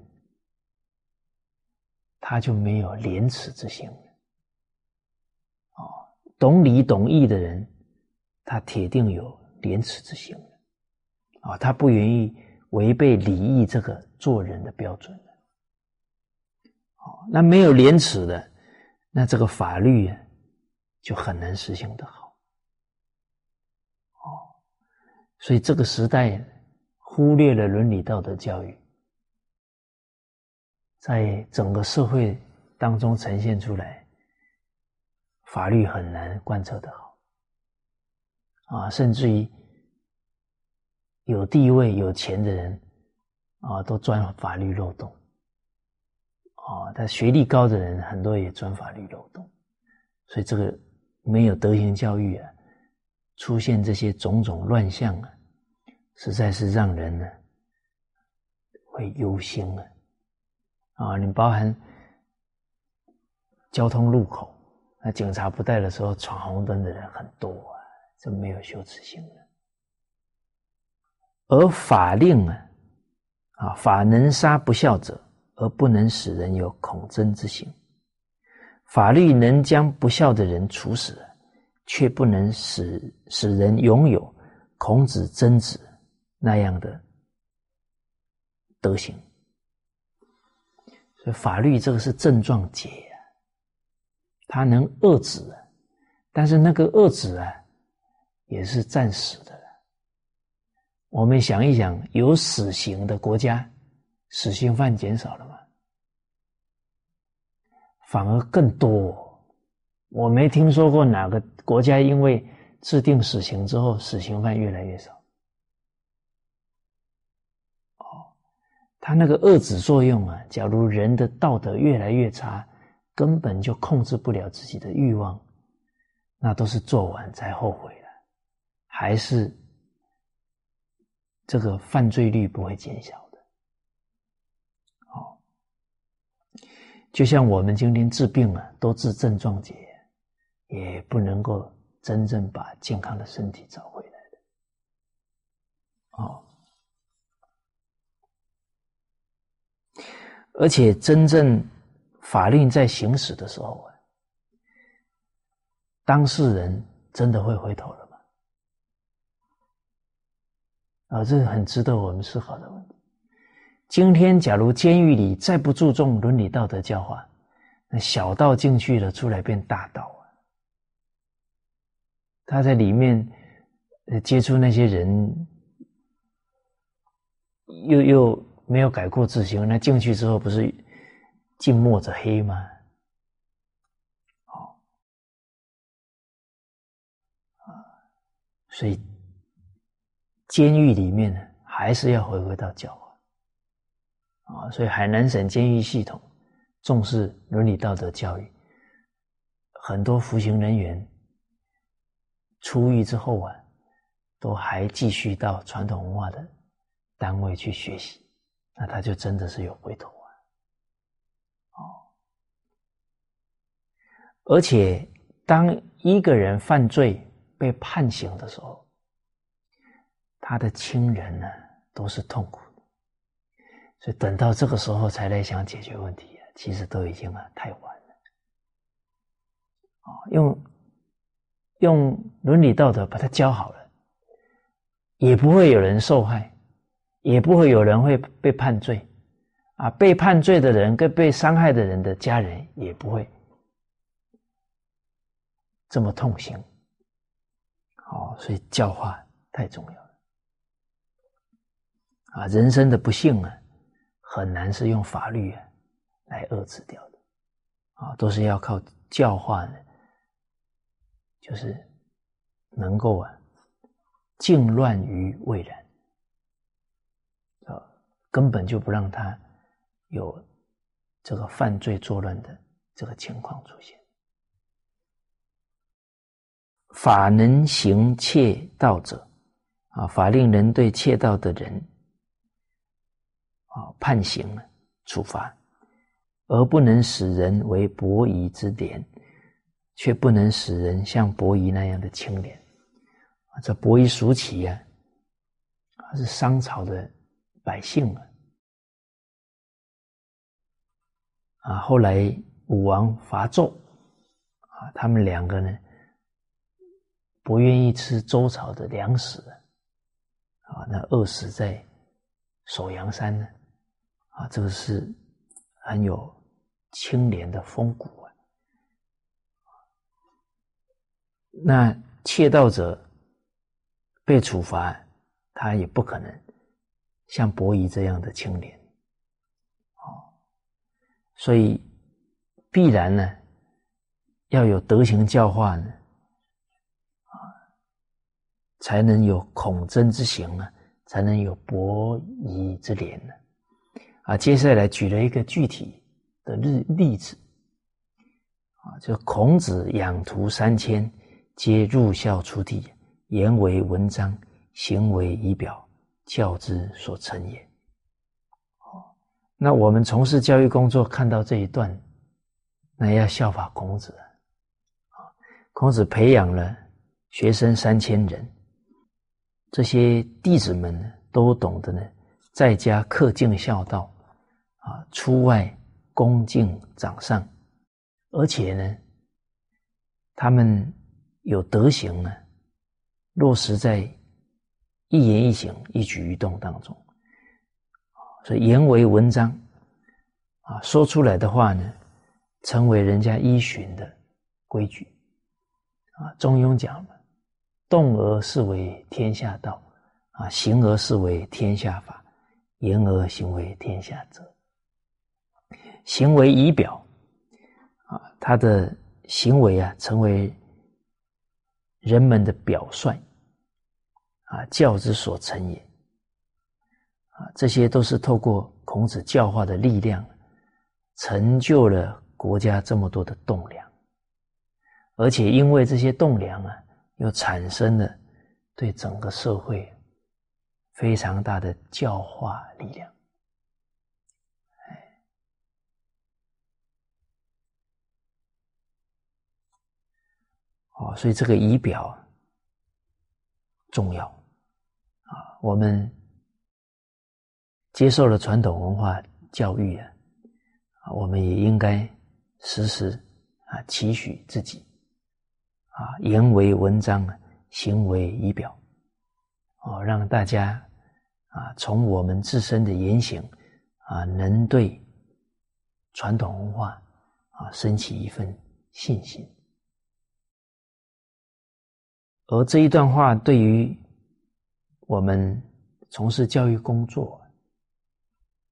Speaker 1: 他就没有廉耻之心。懂礼懂义的人，他铁定有廉耻之心。他不愿意违背礼义这个做人的标准。那没有廉耻的，那这个法律就很难实行得好。所以这个时代忽略了伦理道德教育，在整个社会当中呈现出来，法律很难贯彻得好啊，甚至于有地位有钱的人啊，都钻法律漏洞啊，但学历高的人很多也钻法律漏洞，所以这个没有德行教育啊，出现这些种种乱象啊，实在是让人呢会忧心啊。啊，你包含交通路口，那警察不在的时候闯红灯的人很多啊，这没有羞耻心了。而法令啊，啊，法能杀不孝者，而不能使人有恐憎之行。法律能将不孝的人处死，却不能使使人拥有孔子曾子那样的德行。所以法律这个是症状解啊，它能遏止啊，但是那个遏止啊，也是暂时的了。我们想一想，有死刑的国家，死刑犯减少了吗？反而更多。我没听说过哪个国家因为制定死刑之后，死刑犯越来越少。它那个遏止作用啊，假如人的道德越来越差，根本就控制不了自己的欲望，那都是做完才后悔了，还是这个犯罪率不会减小的。哦，就像我们今天治病啊，都治症状解，也不能够真正把健康的身体找回来的。哦。而且真正法令在行使的时候，当事人真的会回头了吗？啊，这是很值得我们思考的问题。今天假如监狱里再不注重伦理道德教化，那小道进去了，出来变大道啊。他在里面接触那些人，又又没有改过自新，那进去之后不是近墨者黑吗？好，所以监狱里面呢，还是要回归到教化啊。所以海南省监狱系统重视伦理道德教育，很多服刑人员出狱之后啊，都还继续到传统文化的单位去学习，那他就真的是有回头啊。哦，而且当一个人犯罪被判刑的时候，他的亲人呢都是痛苦的，所以等到这个时候才来想解决问题啊，其实都已经啊太晚了。哦，用用伦理道德把它教好了，也不会有人受害，也不会有人会被判罪啊，被判罪的人跟被伤害的人的家人也不会这么痛心。好，所以教化太重要了啊！人生的不幸啊，很难是用法律啊来遏制掉的啊，都是要靠教化呢，就是能够啊静乱于未然啊，根本就不让他有这个犯罪作乱的这个情况出现。法能行窃盗者啊，法令人对窃盗的人啊判刑处罚，而不能使人为伯夷之廉，却不能使人像伯夷那样的清廉。啊，这伯夷叔齐啊，他是商朝的百姓啊，啊，后来武王伐纣啊，他们两个呢不愿意吃周朝的粮食啊，那饿死在首阳山呢啊，这个是很有清廉的风骨啊。那窃盗者被处罚，他也不可能像伯夷这样的清廉哦，所以必然呢要有德行教化呢啊，才能有孔曾之行啊，才能有伯夷之廉呢啊。接下来举了一个具体的例子啊，就孔子养徒三千，皆入校出地，言为文章，行为仪表，教之所成也。哦，那我们从事教育工作看到这一段，那要效法孔子啊。孔子培养了学生三千人，这些弟子们呢都懂得呢，在家恪尽孝道啊，出外恭敬长上，而且呢，他们有德行呢，落实在一言一行、一举一动当中，所以言为文章啊，说出来的话呢，成为人家依循的规矩啊。中庸讲了，动而视为天下道啊，行而视为天下法，言而行为天下则。行为仪表啊，他的行为啊，成为人们的表率啊，教之所成也啊，这些都是透过孔子教化的力量，成就了国家这么多的栋梁，而且因为这些栋梁啊，又产生了对整个社会非常大的教化力量。哦，所以这个仪表重要啊！我们接受了传统文化教育啊，我们也应该时时啊期许自己啊，言为文章，行为仪表，哦，让大家啊从我们自身的言行啊，能对传统文化啊升起一份信心。而这一段话对于我们从事教育工作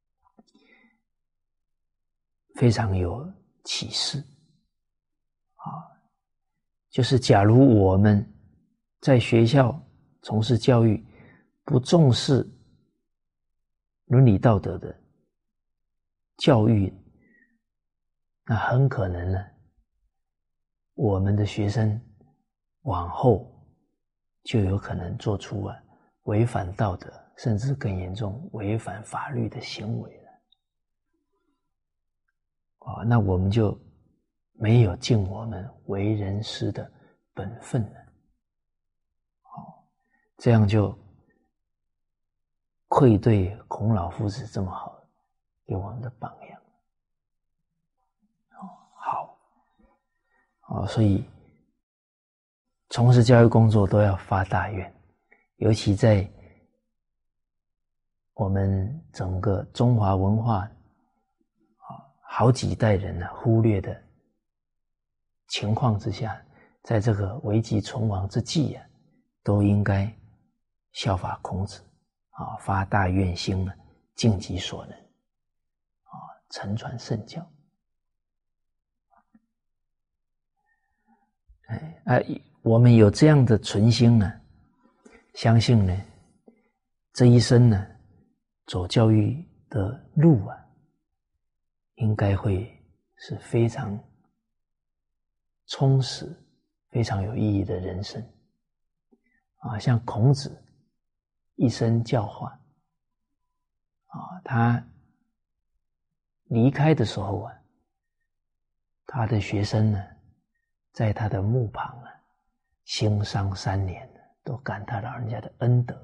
Speaker 1: 非常有启示啊。就是假如我们在学校从事教育，不重视伦理道德的教育，那很可能呢，我们的学生往后就有可能做出啊违反道德，甚至更严重违反法律的行为了。啊，那我们就没有尽我们为人师的本分了。好，这样就愧对孔老夫子这么好给我们的榜样。好，好，所以从事教育工作都要发大愿，尤其在我们整个中华文化好几代人呢忽略的情况之下，在这个危急存亡之际啊，都应该效法孔子啊，发大愿心呢，尽己所能啊，承传圣教。哎啊，我们有这样的存心呢，相信呢，这一生呢，走教育的路啊，应该会是非常充实、非常有意义的人生啊！像孔子一生教化啊，他离开的时候啊，他的学生呢，在他的墓旁啊，兴伤三年，都感叹老人家的恩德。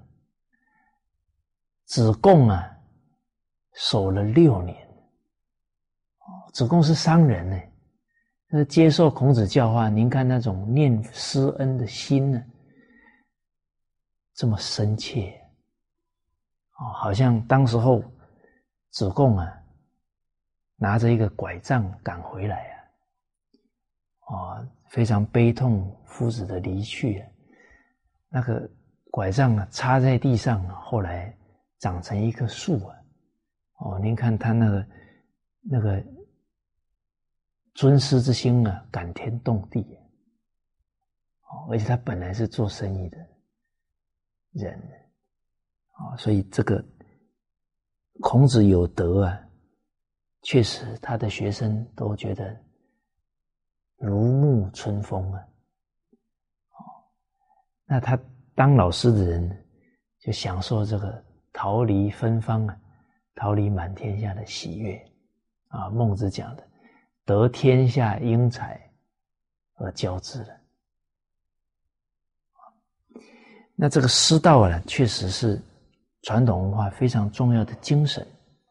Speaker 1: 子贡啊，守了六年。子贡是商人呢，那接受孔子教化，您看那种念师恩的心呢，这么深切哦，好像当时候子贡啊，拿着一个拐杖赶回来啊，哦，非常悲痛夫子的离去啊，那个拐杖啊插在地上啊，后来长成一棵树啊，哦，您看他那个那个。尊师之心啊，感天动地啊！而且他本来是做生意的人啊，所以这个孔子有德啊，确实他的学生都觉得如沐春风啊。那他当老师的人就享受这个桃李芬芳啊，桃李满天下的喜悦啊。孟子讲的。得天下英才而教之了。那这个师道啊，确实是传统文化非常重要的精神。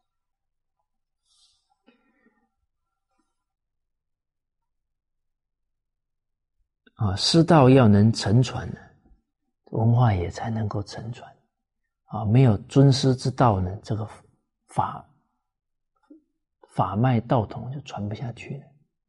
Speaker 1: 啊，师道要能承传呢，文化也才能够承传。啊，没有尊师之道呢，这个法。法脉道统就传不下去了。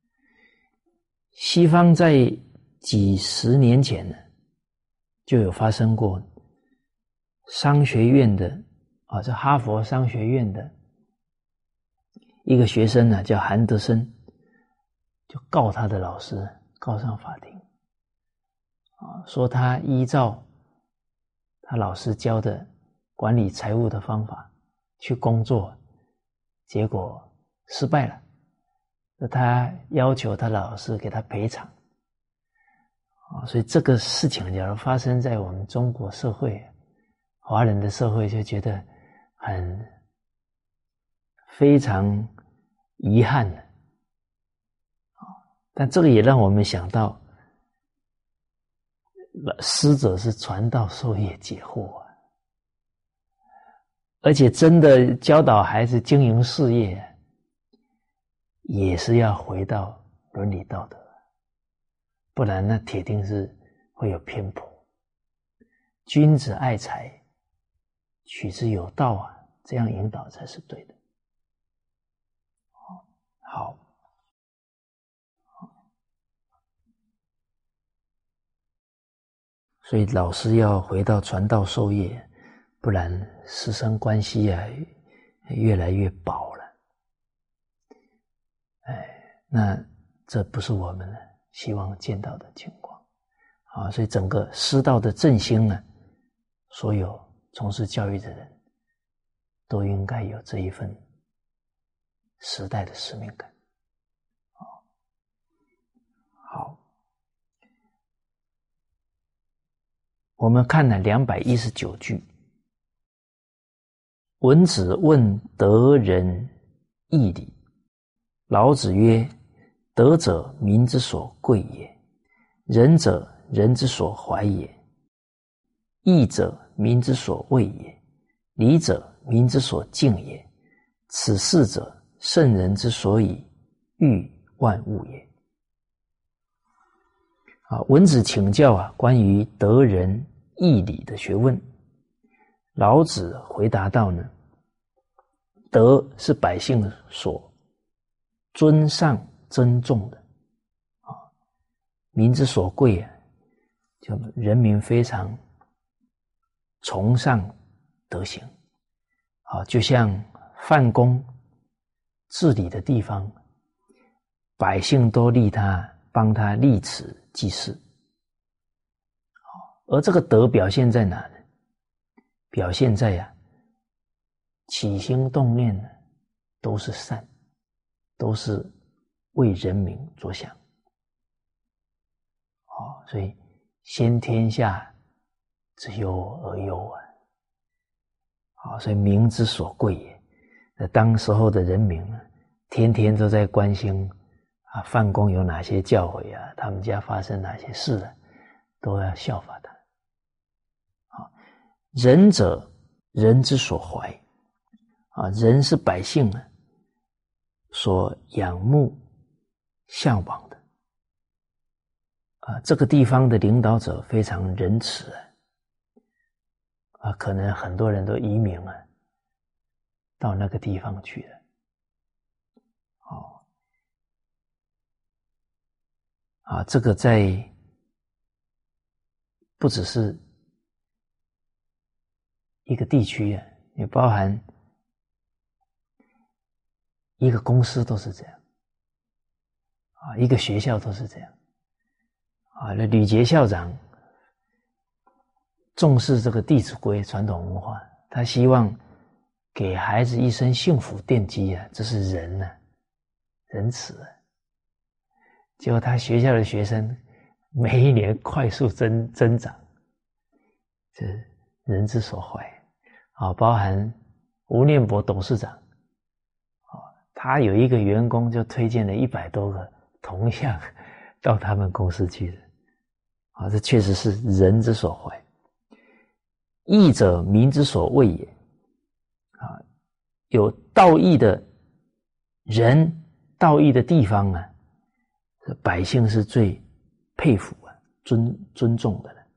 Speaker 1: 西方在几十年前呢，就有发生过商学院的啊，这哈佛商学院的一个学生呢，叫韩德森，就告他的老师，告上法庭啊，说他依照他老师教的管理财务的方法去工作，结果失败了，那他要求他老师给他赔偿啊，所以这个事情假如发生在我们中国社会，华人的社会就觉得很非常遗憾的啊，但这个也让我们想到，师者是传道授业解惑啊，而且真的教导孩子经营事业，也是要回到伦理道德，不然那铁定是会有偏颇。君子爱财，取之有道啊，这样引导才是对的。好，所以老师要回到传道授业，不然师生关系啊越来越薄了。 哎，那这不是我们希望见到的情况啊！所以整个师道的振兴呢，所有从事教育的人都应该有这一份时代的使命感。好，我们看了两百一十九句。文子问德仁义礼，老子曰：德者，民之所贵也；仁者，人之所怀也；义者，民之所畏也；礼者，民之所敬也。此四者，圣人之所以御万物也。啊，文子请教啊关于德仁义礼的学问。老子回答道呢，德是百姓所尊上珍重的啊，民之所贵啊，就人民非常崇尚德行啊，就像范公治理的地方，百姓都立他帮他立祠祭祀，而这个德表现在哪呢？表现在呀、啊，起心动念呢都是善，都是为人民着想。哦，所以先天下之忧而忧啊，好，所以民之所贵也。那当时候的人民呢，天天都在关心啊，范公有哪些教诲啊，他们家发生哪些事啊，都要效法他。仁者，人之所怀啊，人是百姓啊所仰慕向往的啊。这个地方的领导者非常仁慈啊，啊，可能很多人都移民了到那个地方去了。哦，啊，这个在不只是一个地区啊，也包含一个公司都是这样啊，一个学校都是这样啊。那吕杰校长重视这个《弟子规》传统文化，他希望给孩子一生幸福奠基啊，这是仁啊，仁慈啊。结果他学校的学生每一年快速增增长，这人之所怀啊，包含吴念博董事长啊，他有一个员工就推荐了一百多个铜像到他们公司去了啊，这确实是人之所怀。义者，民之所畏也啊，有道义的人、道义的地方啊，百姓是最佩服啊、尊尊重的了。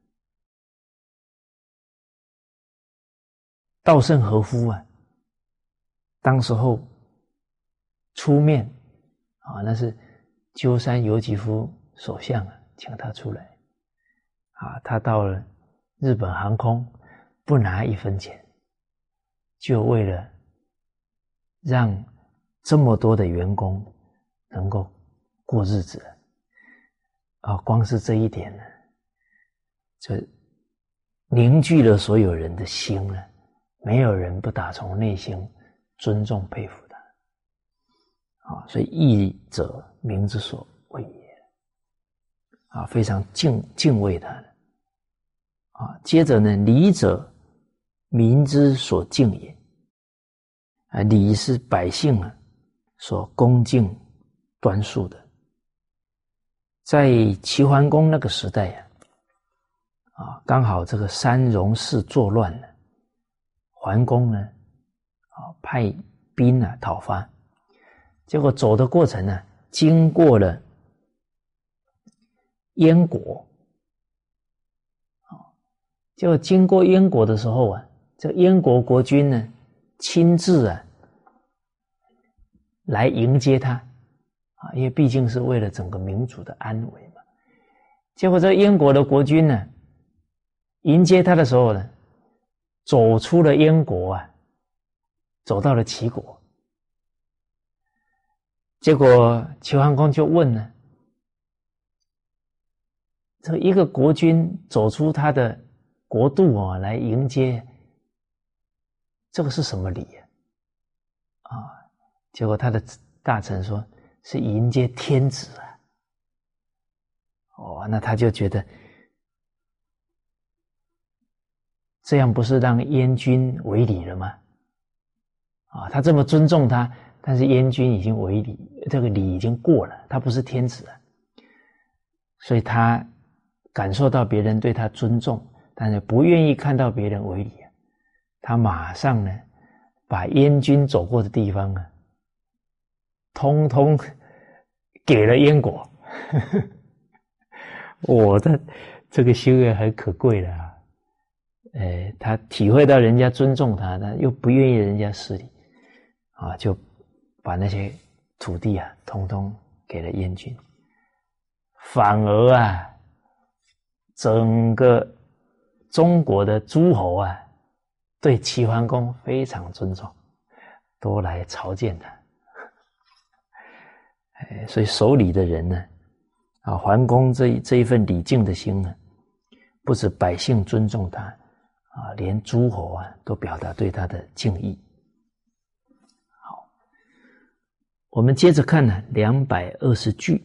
Speaker 1: 稻盛和夫啊，当时候出面啊，那是鸠山由纪夫首相啊，请他出来啊，他到了日本航空，不拿一分钱，就为了让这么多的员工能够过日子啊，光是这一点呢，就凝聚了所有人的心呢。没有人不打从内心尊重佩服他啊，所以义者，民之所畏也啊，非常敬敬畏他的啊。接着呢，礼者，民之所敬也啊，礼是百姓啊所恭敬端肃的。在齐桓公那个时代啊，啊，刚好这个三戎氏作乱了。桓公呢，啊，派兵啊讨伐，结果走的过程呢，经过了燕国，啊，结果经过燕国的时候啊，这燕国国君呢，亲自啊来迎接他，啊，因为毕竟是为了整个民族的安危嘛。结果这燕国的国君呢，迎接他的时候呢，走出了燕国啊，走到了齐国， 结果齐桓公就问了，这一个国君走出他的国度啊，来迎接，这个是什么礼呀？啊，结果他的大臣说是迎接天子啊。哦，那他就觉得这样不是让燕军违礼了吗？啊，他这么尊重他，但是燕军已经违礼，这个礼已经过了，他不是天子啊，所以他感受到别人对他尊重，但是不愿意看到别人违礼啊，他马上呢把燕军走过的地方啊，通通给了燕国。我的这个修养很可贵的啊，呃，他体会到人家尊重他，他又不愿意人家失礼啊，就把那些土地啊，通通给了燕军。反而啊，整个中国的诸侯啊，对齐桓公非常尊重，都来朝见他。哎，所以守礼的人呢，啊，桓公这这一份礼敬的心呢，不止百姓尊重他，啊，连诸侯啊都表达对他的敬意。好，我们接着看呢，两百二十句，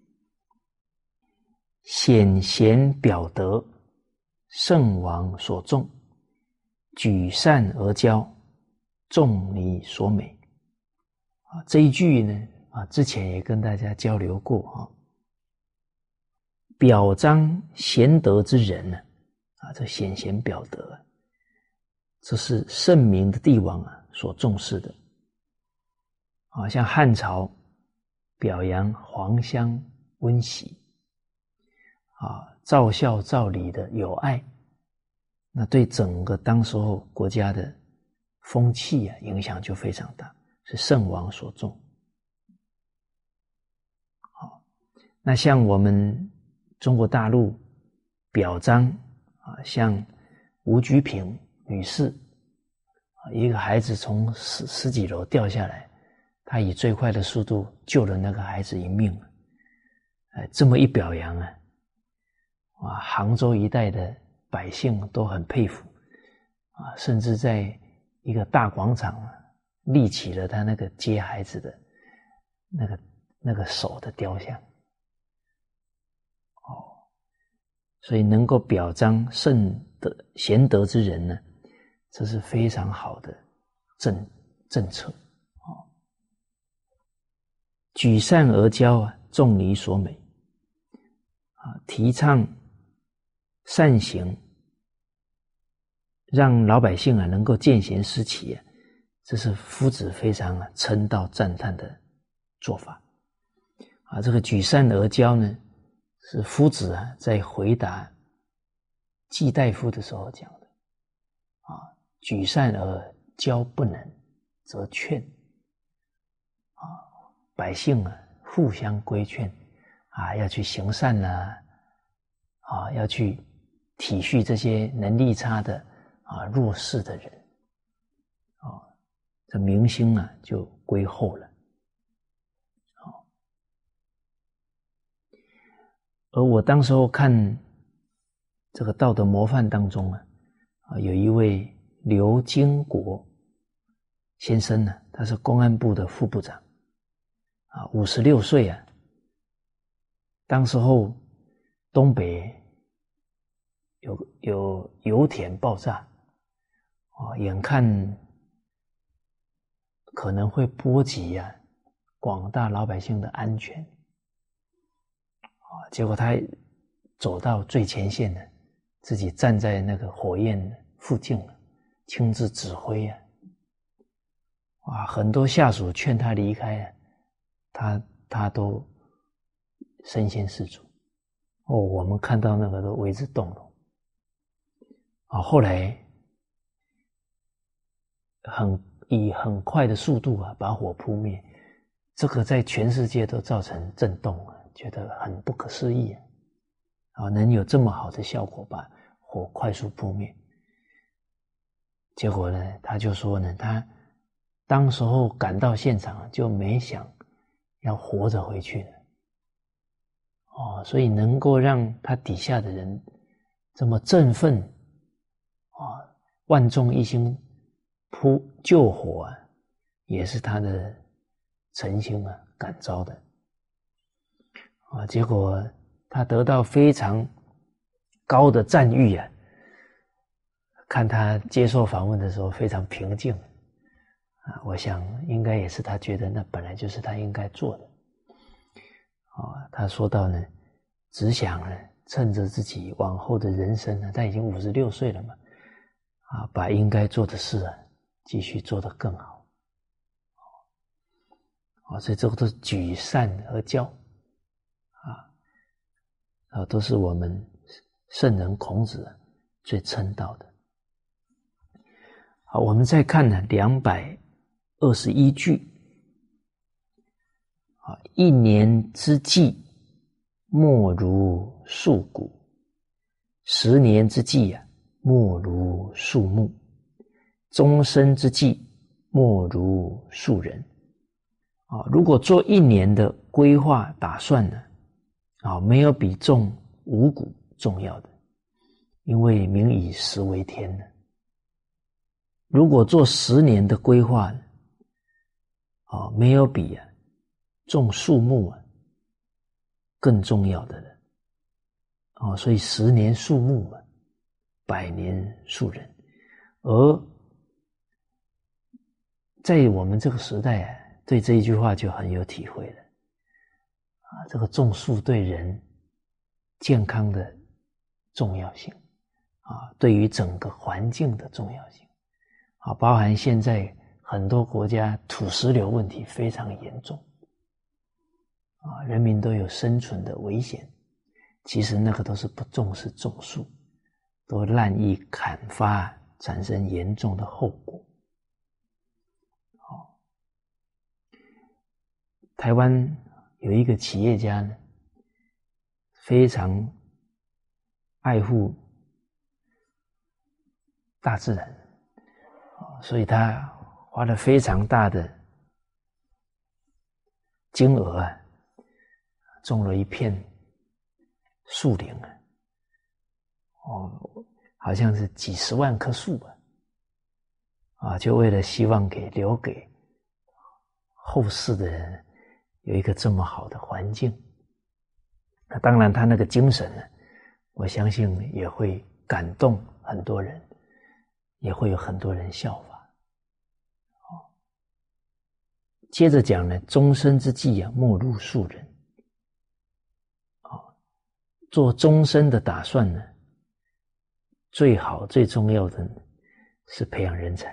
Speaker 1: 显贤表德，圣王所重，举善而骄，众礼所美。啊，这一句呢，啊，之前也跟大家交流过哈。表彰贤德之人呢，啊，这显贤表德，这是圣明的帝王啊所重视的。啊，像汉朝表扬黄香温席，啊，照孝照礼的友爱，那对整个当时候国家的风气啊影响就非常大，是圣王所重。好，那像我们中国大陆表彰啊，像吴菊平女士，一个孩子从十十几楼掉下来，她以最快的速度救了那个孩子一命。呃，这么一表扬啊，啊，杭州一带的百姓都很佩服啊，甚至在一个大广场啊，立起了他那个接孩子的那个那个手的雕像。哦，所以能够表彰圣德贤德之人呢，这是非常好的政政策。哦，举善而骄啊，众礼所美。啊，提倡善行，让老百姓啊能够见贤思齐啊，这是夫子非常啊称道赞叹的做法。啊，这个举善而骄呢，是夫子啊在回答季大夫的时候讲的。啊，举善而骄不能，则劝。啊，百姓啊互相规劝。啊，要去行善啦，啊，要去体恤这些能力差的啊弱势的人，啊，这民心啊就归厚了。好，而我当时候看这个道德模范当中啊，啊有一位刘经国先生呢，他是公安部的副部长，啊，五十六岁啊。当时候东北有有油田爆炸，哦，眼看可能会波及啊广大老百姓的安全，啊，结果他走到最前线了，自己站在那个火焰附近了，亲自指挥啊，哇，很多下属劝他离开啊，他他都身先士卒。哦，我们看到那个都为之动容。啊，后来很以很快的速度啊把火扑灭，这个在全世界都造成震动啊，觉得很不可思议啊，啊，能有这么好的效果把火快速扑灭。结果呢，他就说呢，他当时候赶到现场就没想要活着回去的。哦，所以能够让他底下的人这么振奋，啊，万众一心扑救火啊，也是他的诚心啊感召的。啊，结果他得到非常高的赞誉啊。看他接受访问的时候非常平静啊，我想应该也是他觉得那本来就是他应该做的。啊，他说到呢，只想呢趁着自己往后的人生呢，他已经五十六岁了嘛，啊，把应该做的事啊继续做得更好。啊，所以这个都是举善而教啊，啊，都是我们圣人孔子啊最称道的。好，我们再看呢两百二十一句。啊，一年之计莫如树谷，十年之计啊莫如树木，终身之计莫如树人。啊，如果做一年的规划打算呢，啊，没有比种五谷重要的，因为民以食为天呢。如果做十年的规划呢，啊，没有比啊种树木啊更重要的了。啊，所以十年树木啊，百年树人。而在我们这个时代啊，对这一句话就很有体会了。啊，这个种树对人健康的重要性，啊，对于整个环境的重要性。啊，包含现在很多国家土石流问题非常严重，啊，人民都有生存的危险。其实那个都是不重视种树，都滥意砍伐，产生严重的后果。好，台湾有一个企业家呢，非常爱护大自然。所以他花了非常大的金额啊，种了一片树林啊，哦，好像是几十万棵树啊，啊，就为了希望给留给后世的人有一个这么好的环境。那当然，他那个精神呢，我相信也会感动很多人，也会有很多人效法。接着讲呢，终身之计啊，莫如树人。啊，做终身的打算呢，最好最重要的是培养人才。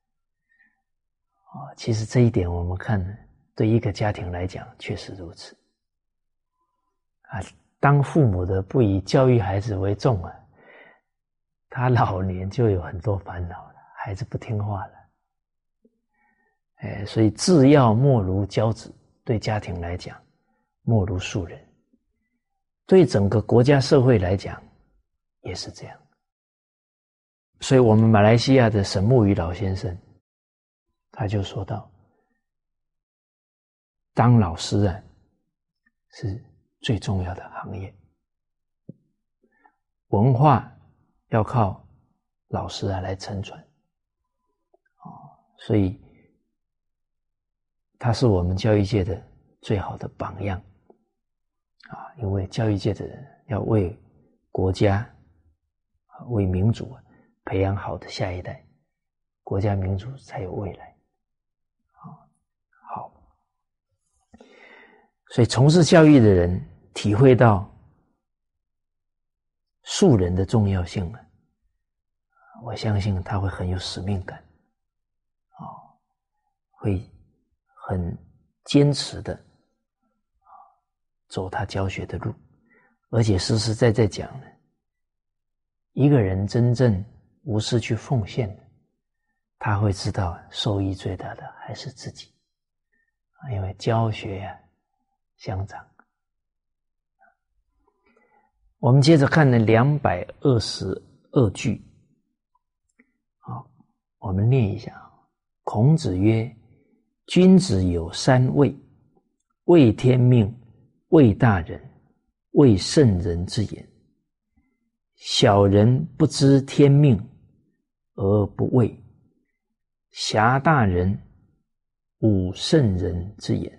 Speaker 1: 啊，其实这一点我们看呢，对一个家庭来讲确实如此。啊，当父母的不以教育孩子为重啊，他老年就有很多烦恼了，孩子不听话了。哎，所以治要莫如教子，对家庭来讲莫如树人，对整个国家社会来讲也是这样。所以我们马来西亚的沈木鱼老先生他就说到，当老师啊是最重要的行业，文化要靠老师啊来承传。哦，所以他是我们教育界的最好的榜样啊！因为教育界的人要为国家、为民主培养好的下一代，国家民主才有未来。好，所以从事教育的人体会到树人的重要性，我相信他会很有使命感，会很坚持的走他教学的路，而且实实在在讲呢，一个人真正无私去奉献，他会知道受益最大的还是自己，因为教学呀、啊、相长。我们接着看呢两百二十二句，好，我们念一下。孔子曰：君子有三畏， 畏天命，畏大人，畏圣人之言。小人不知天命而不畏，侠大人侮圣人之言。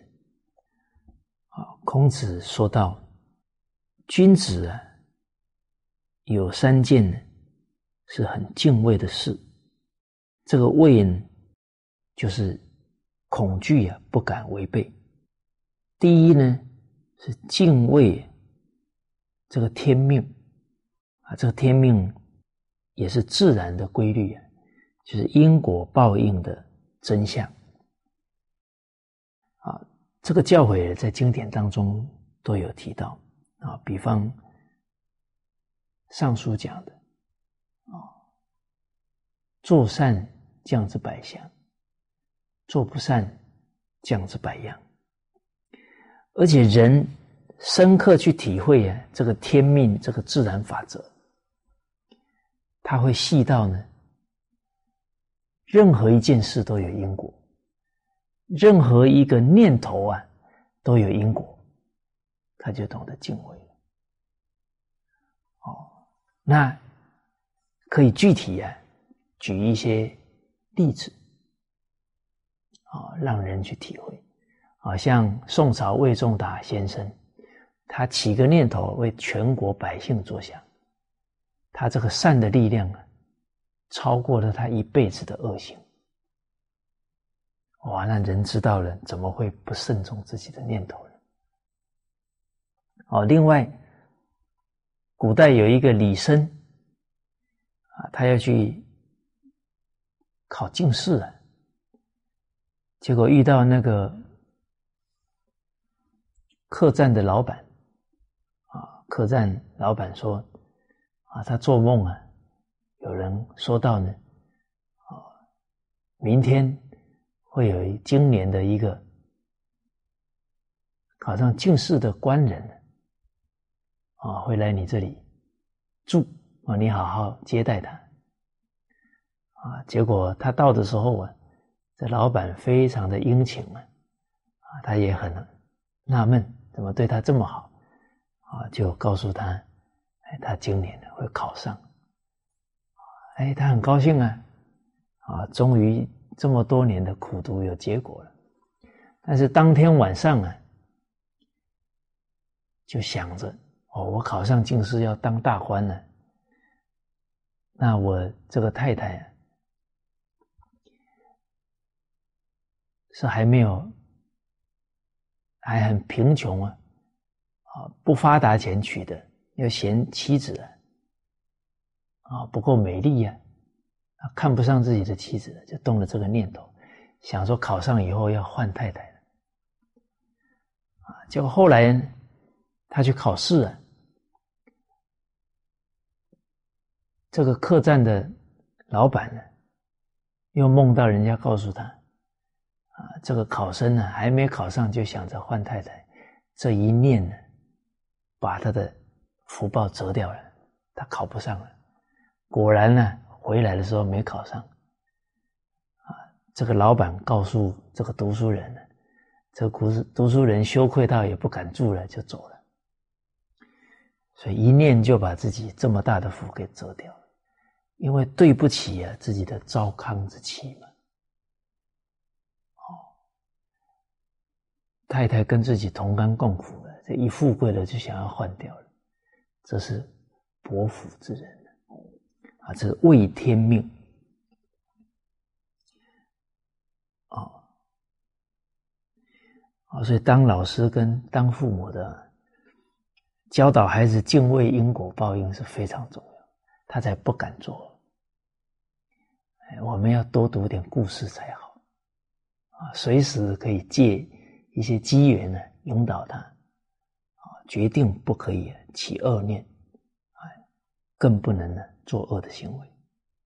Speaker 1: 孔子说到，君子啊，有三件呢是很敬畏的事。这个畏呢，就是恐惧啊，不敢违背。第一呢，是敬畏这个天命啊，这个天命也是自然的规律啊，就是因果报应的真相啊。这个教诲在经典当中都有提到啊，比方上书讲的啊，做善降之百祥，做不善降之百殃。而且人深刻去体会啊，这个天命，这个自然法则，它会细到呢，任何一件事都有因果，任何一个念头啊都有因果，他就懂得敬畏了。哦，那可以具体啊举一些例子啊，让人去体会。啊，像宋朝魏仲达先生，他起个念头为全国百姓着想，他这个善的力量啊，超过了他一辈子的恶行。哇，那人知道了，怎么会不慎重自己的念头呢？哦，另外，古代有一个李绅啊，他要去考进士啊，结果遇到那个客栈的老板啊，客栈老板说啊，他做梦啊，有人说到呢，啊，明天会有一今年的一个考上进士的官人啊，会来你这里住啊，你好好接待他啊。结果他到的时候啊，这老板非常的殷勤啊，啊，他也很纳闷，怎么对他这么好啊？就告诉他，哎，他今年会考上，哎，他很高兴啊，啊，终于这么多年的苦读有结果了。但是当天晚上啊，就想着，哦，我考上进士要当大官了，那我这个太太啊，是还没有，还很贫穷啊，啊，不发达前娶的，又嫌妻子啊，啊不够美丽啊，啊看不上自己的妻子，就动了这个念头，想说考上以后要换太太了，啊，结果后来他去考试啊，这个客栈的老板呢，又梦到人家告诉他，啊，这个考生呢还没考上就想着换太太，这一念呢，把他的福报折掉了，他考不上了。果然呢，回来的时候没考上。啊，这个老板告诉这个读书人呢，这个读书人羞愧到也不敢住了，就走了。所以一念就把自己这么大的福给折掉了，因为对不起啊自己的糟糠之妻嘛。太太跟自己同甘共苦了，这一富贵了就想要换掉了，这是薄福之人啊！这是畏天命啊！啊，所以当老师跟当父母的教导孩子敬畏因果报应是非常重要，他才不敢做。我们要多读点故事才好啊，随时可以借一些机缘呢，引导他，啊，决定不可以起恶念，啊，更不能呢做恶的行为。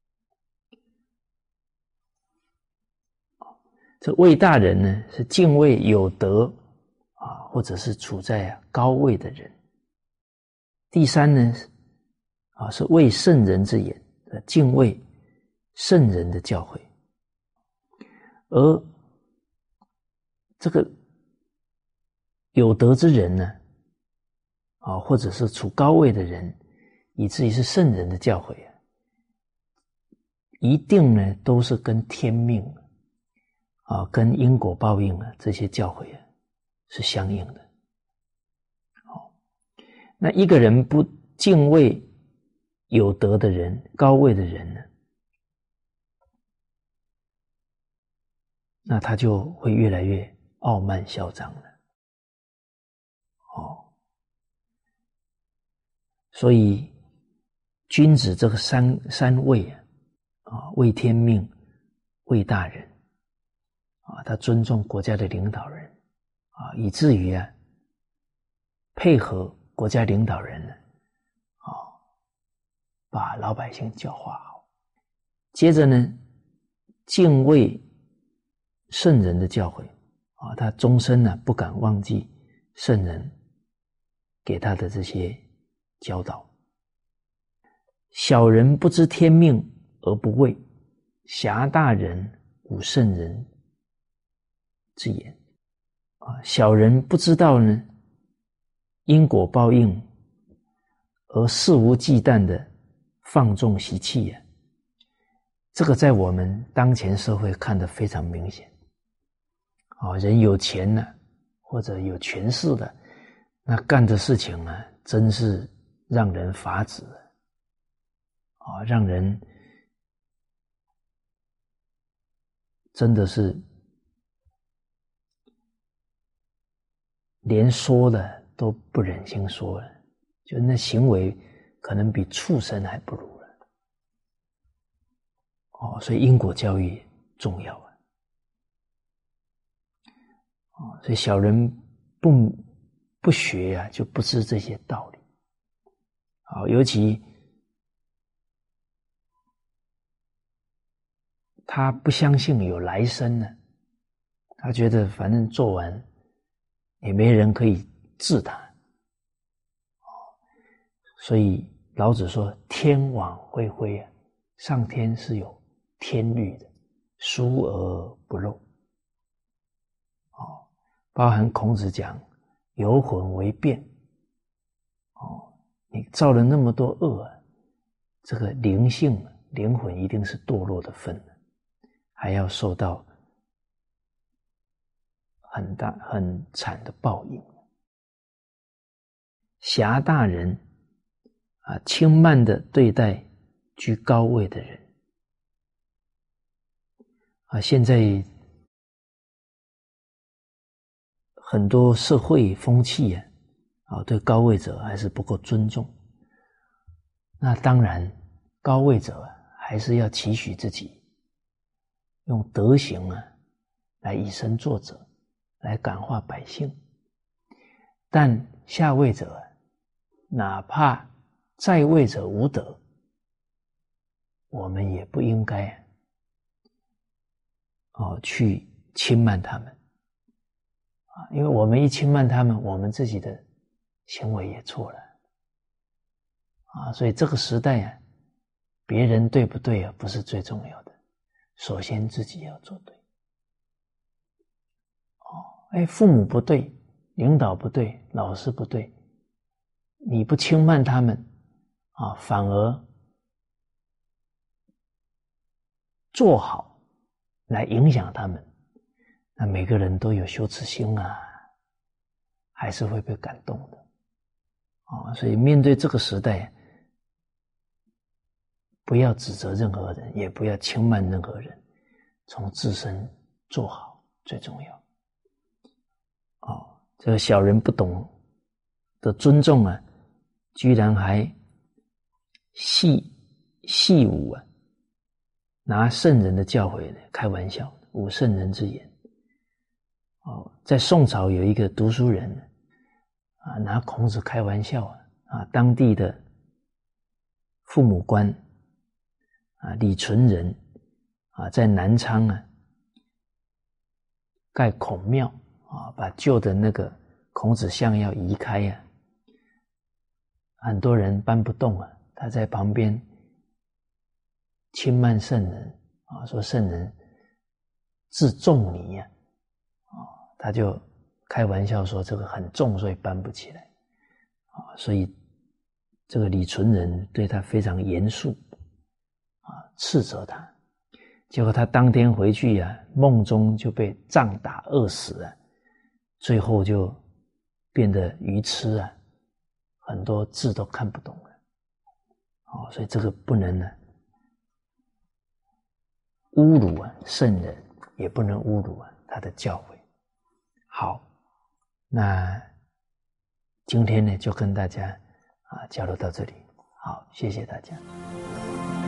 Speaker 1: 这畏大人呢，是敬畏有德啊，或者是处在高位的人。第三呢，啊，是畏圣人之言，敬畏圣人的教诲。而这个有德之人呢，啊，或者是处高位的人，以至于是圣人的教诲啊，一定呢都是跟天命啊、跟因果报应啊这些教诲啊是相应的。好，那一个人不敬畏有德的人、高位的人呢，那他就会越来越傲慢嚣张了。哦，所以君子这个三三位啊，啊，畏天命，畏大人，啊，他尊重国家的领导人，啊，以至于啊，配合国家领导人呢，啊，把老百姓教化好。接着呢，敬畏圣人的教诲，啊，他终身呢不敢忘记圣人给他的这些教导。小人不知天命而不畏，侠大人无圣人之言。啊，小人不知道呢因果报应，而肆无忌惮的放纵习气啊，这个在我们当前社会看得非常明显。啊，人有钱呢，或者有权势的，那干的事情呢，真是让人发指啊，让人真的是连说的都不忍心说了，就那行为可能比畜生还不如了。哦，所以因果教育重要啊。哦，所以小人不不学啊，就不知这些道理。好，尤其他不相信有来生呢，他觉得反正做完也没人可以治他。所以老子说天网恢恢啊，上天是有天律的，疏而不漏。哦，包含孔子讲有混为变。哦，你造了那么多恶啊，这个灵性灵魂一定是堕落的份，还要受到很大很惨的报应。侠大人啊，轻慢的对待居高位的人啊，现在很多社会风气啊，啊，对高位者还是不够尊重。那当然，高位者还是要期许自己用德行啊来以身作则，来感化百姓。但下位者哪怕在位者无德，我们也不应该哦去轻慢他们啊，因为我们一轻慢他们，我们自己的行为也错了啊。所以这个时代啊，别人对不对啊，不是最重要的，首先自己要做对。哦，哎，父母不对，领导不对，老师不对，你不轻慢他们啊，反而做好来影响他们，那每个人都有羞耻心啊，还是会被感动的啊。所以面对这个时代，不要指责任何人，也不要轻慢任何人，从自身做好最重要。哦，这个小人不懂的尊重啊，居然还戏戏舞啊，拿圣人的教诲开玩笑，无圣人之言。哦，在宋朝有一个读书人啊，拿孔子开玩笑啊，啊，当地的父母官啊，李存仁啊，在南昌啊盖孔庙啊，把旧的那个孔子像要移开啊，很多人搬不动啊，他在旁边轻慢圣人啊，说圣人自仲尼啊，他就开玩笑说这个很重，所以搬不起来啊，所以这个李存仁对他非常严肃啊，斥责他。结果他当天回去啊，梦中就被杖打饿死啊，最后就变得愚痴啊，很多字都看不懂了。哦，所以这个不能呢侮辱啊圣人，也不能侮辱啊他的教诲。好，那今天呢就跟大家啊交流到这里。好，谢谢大家。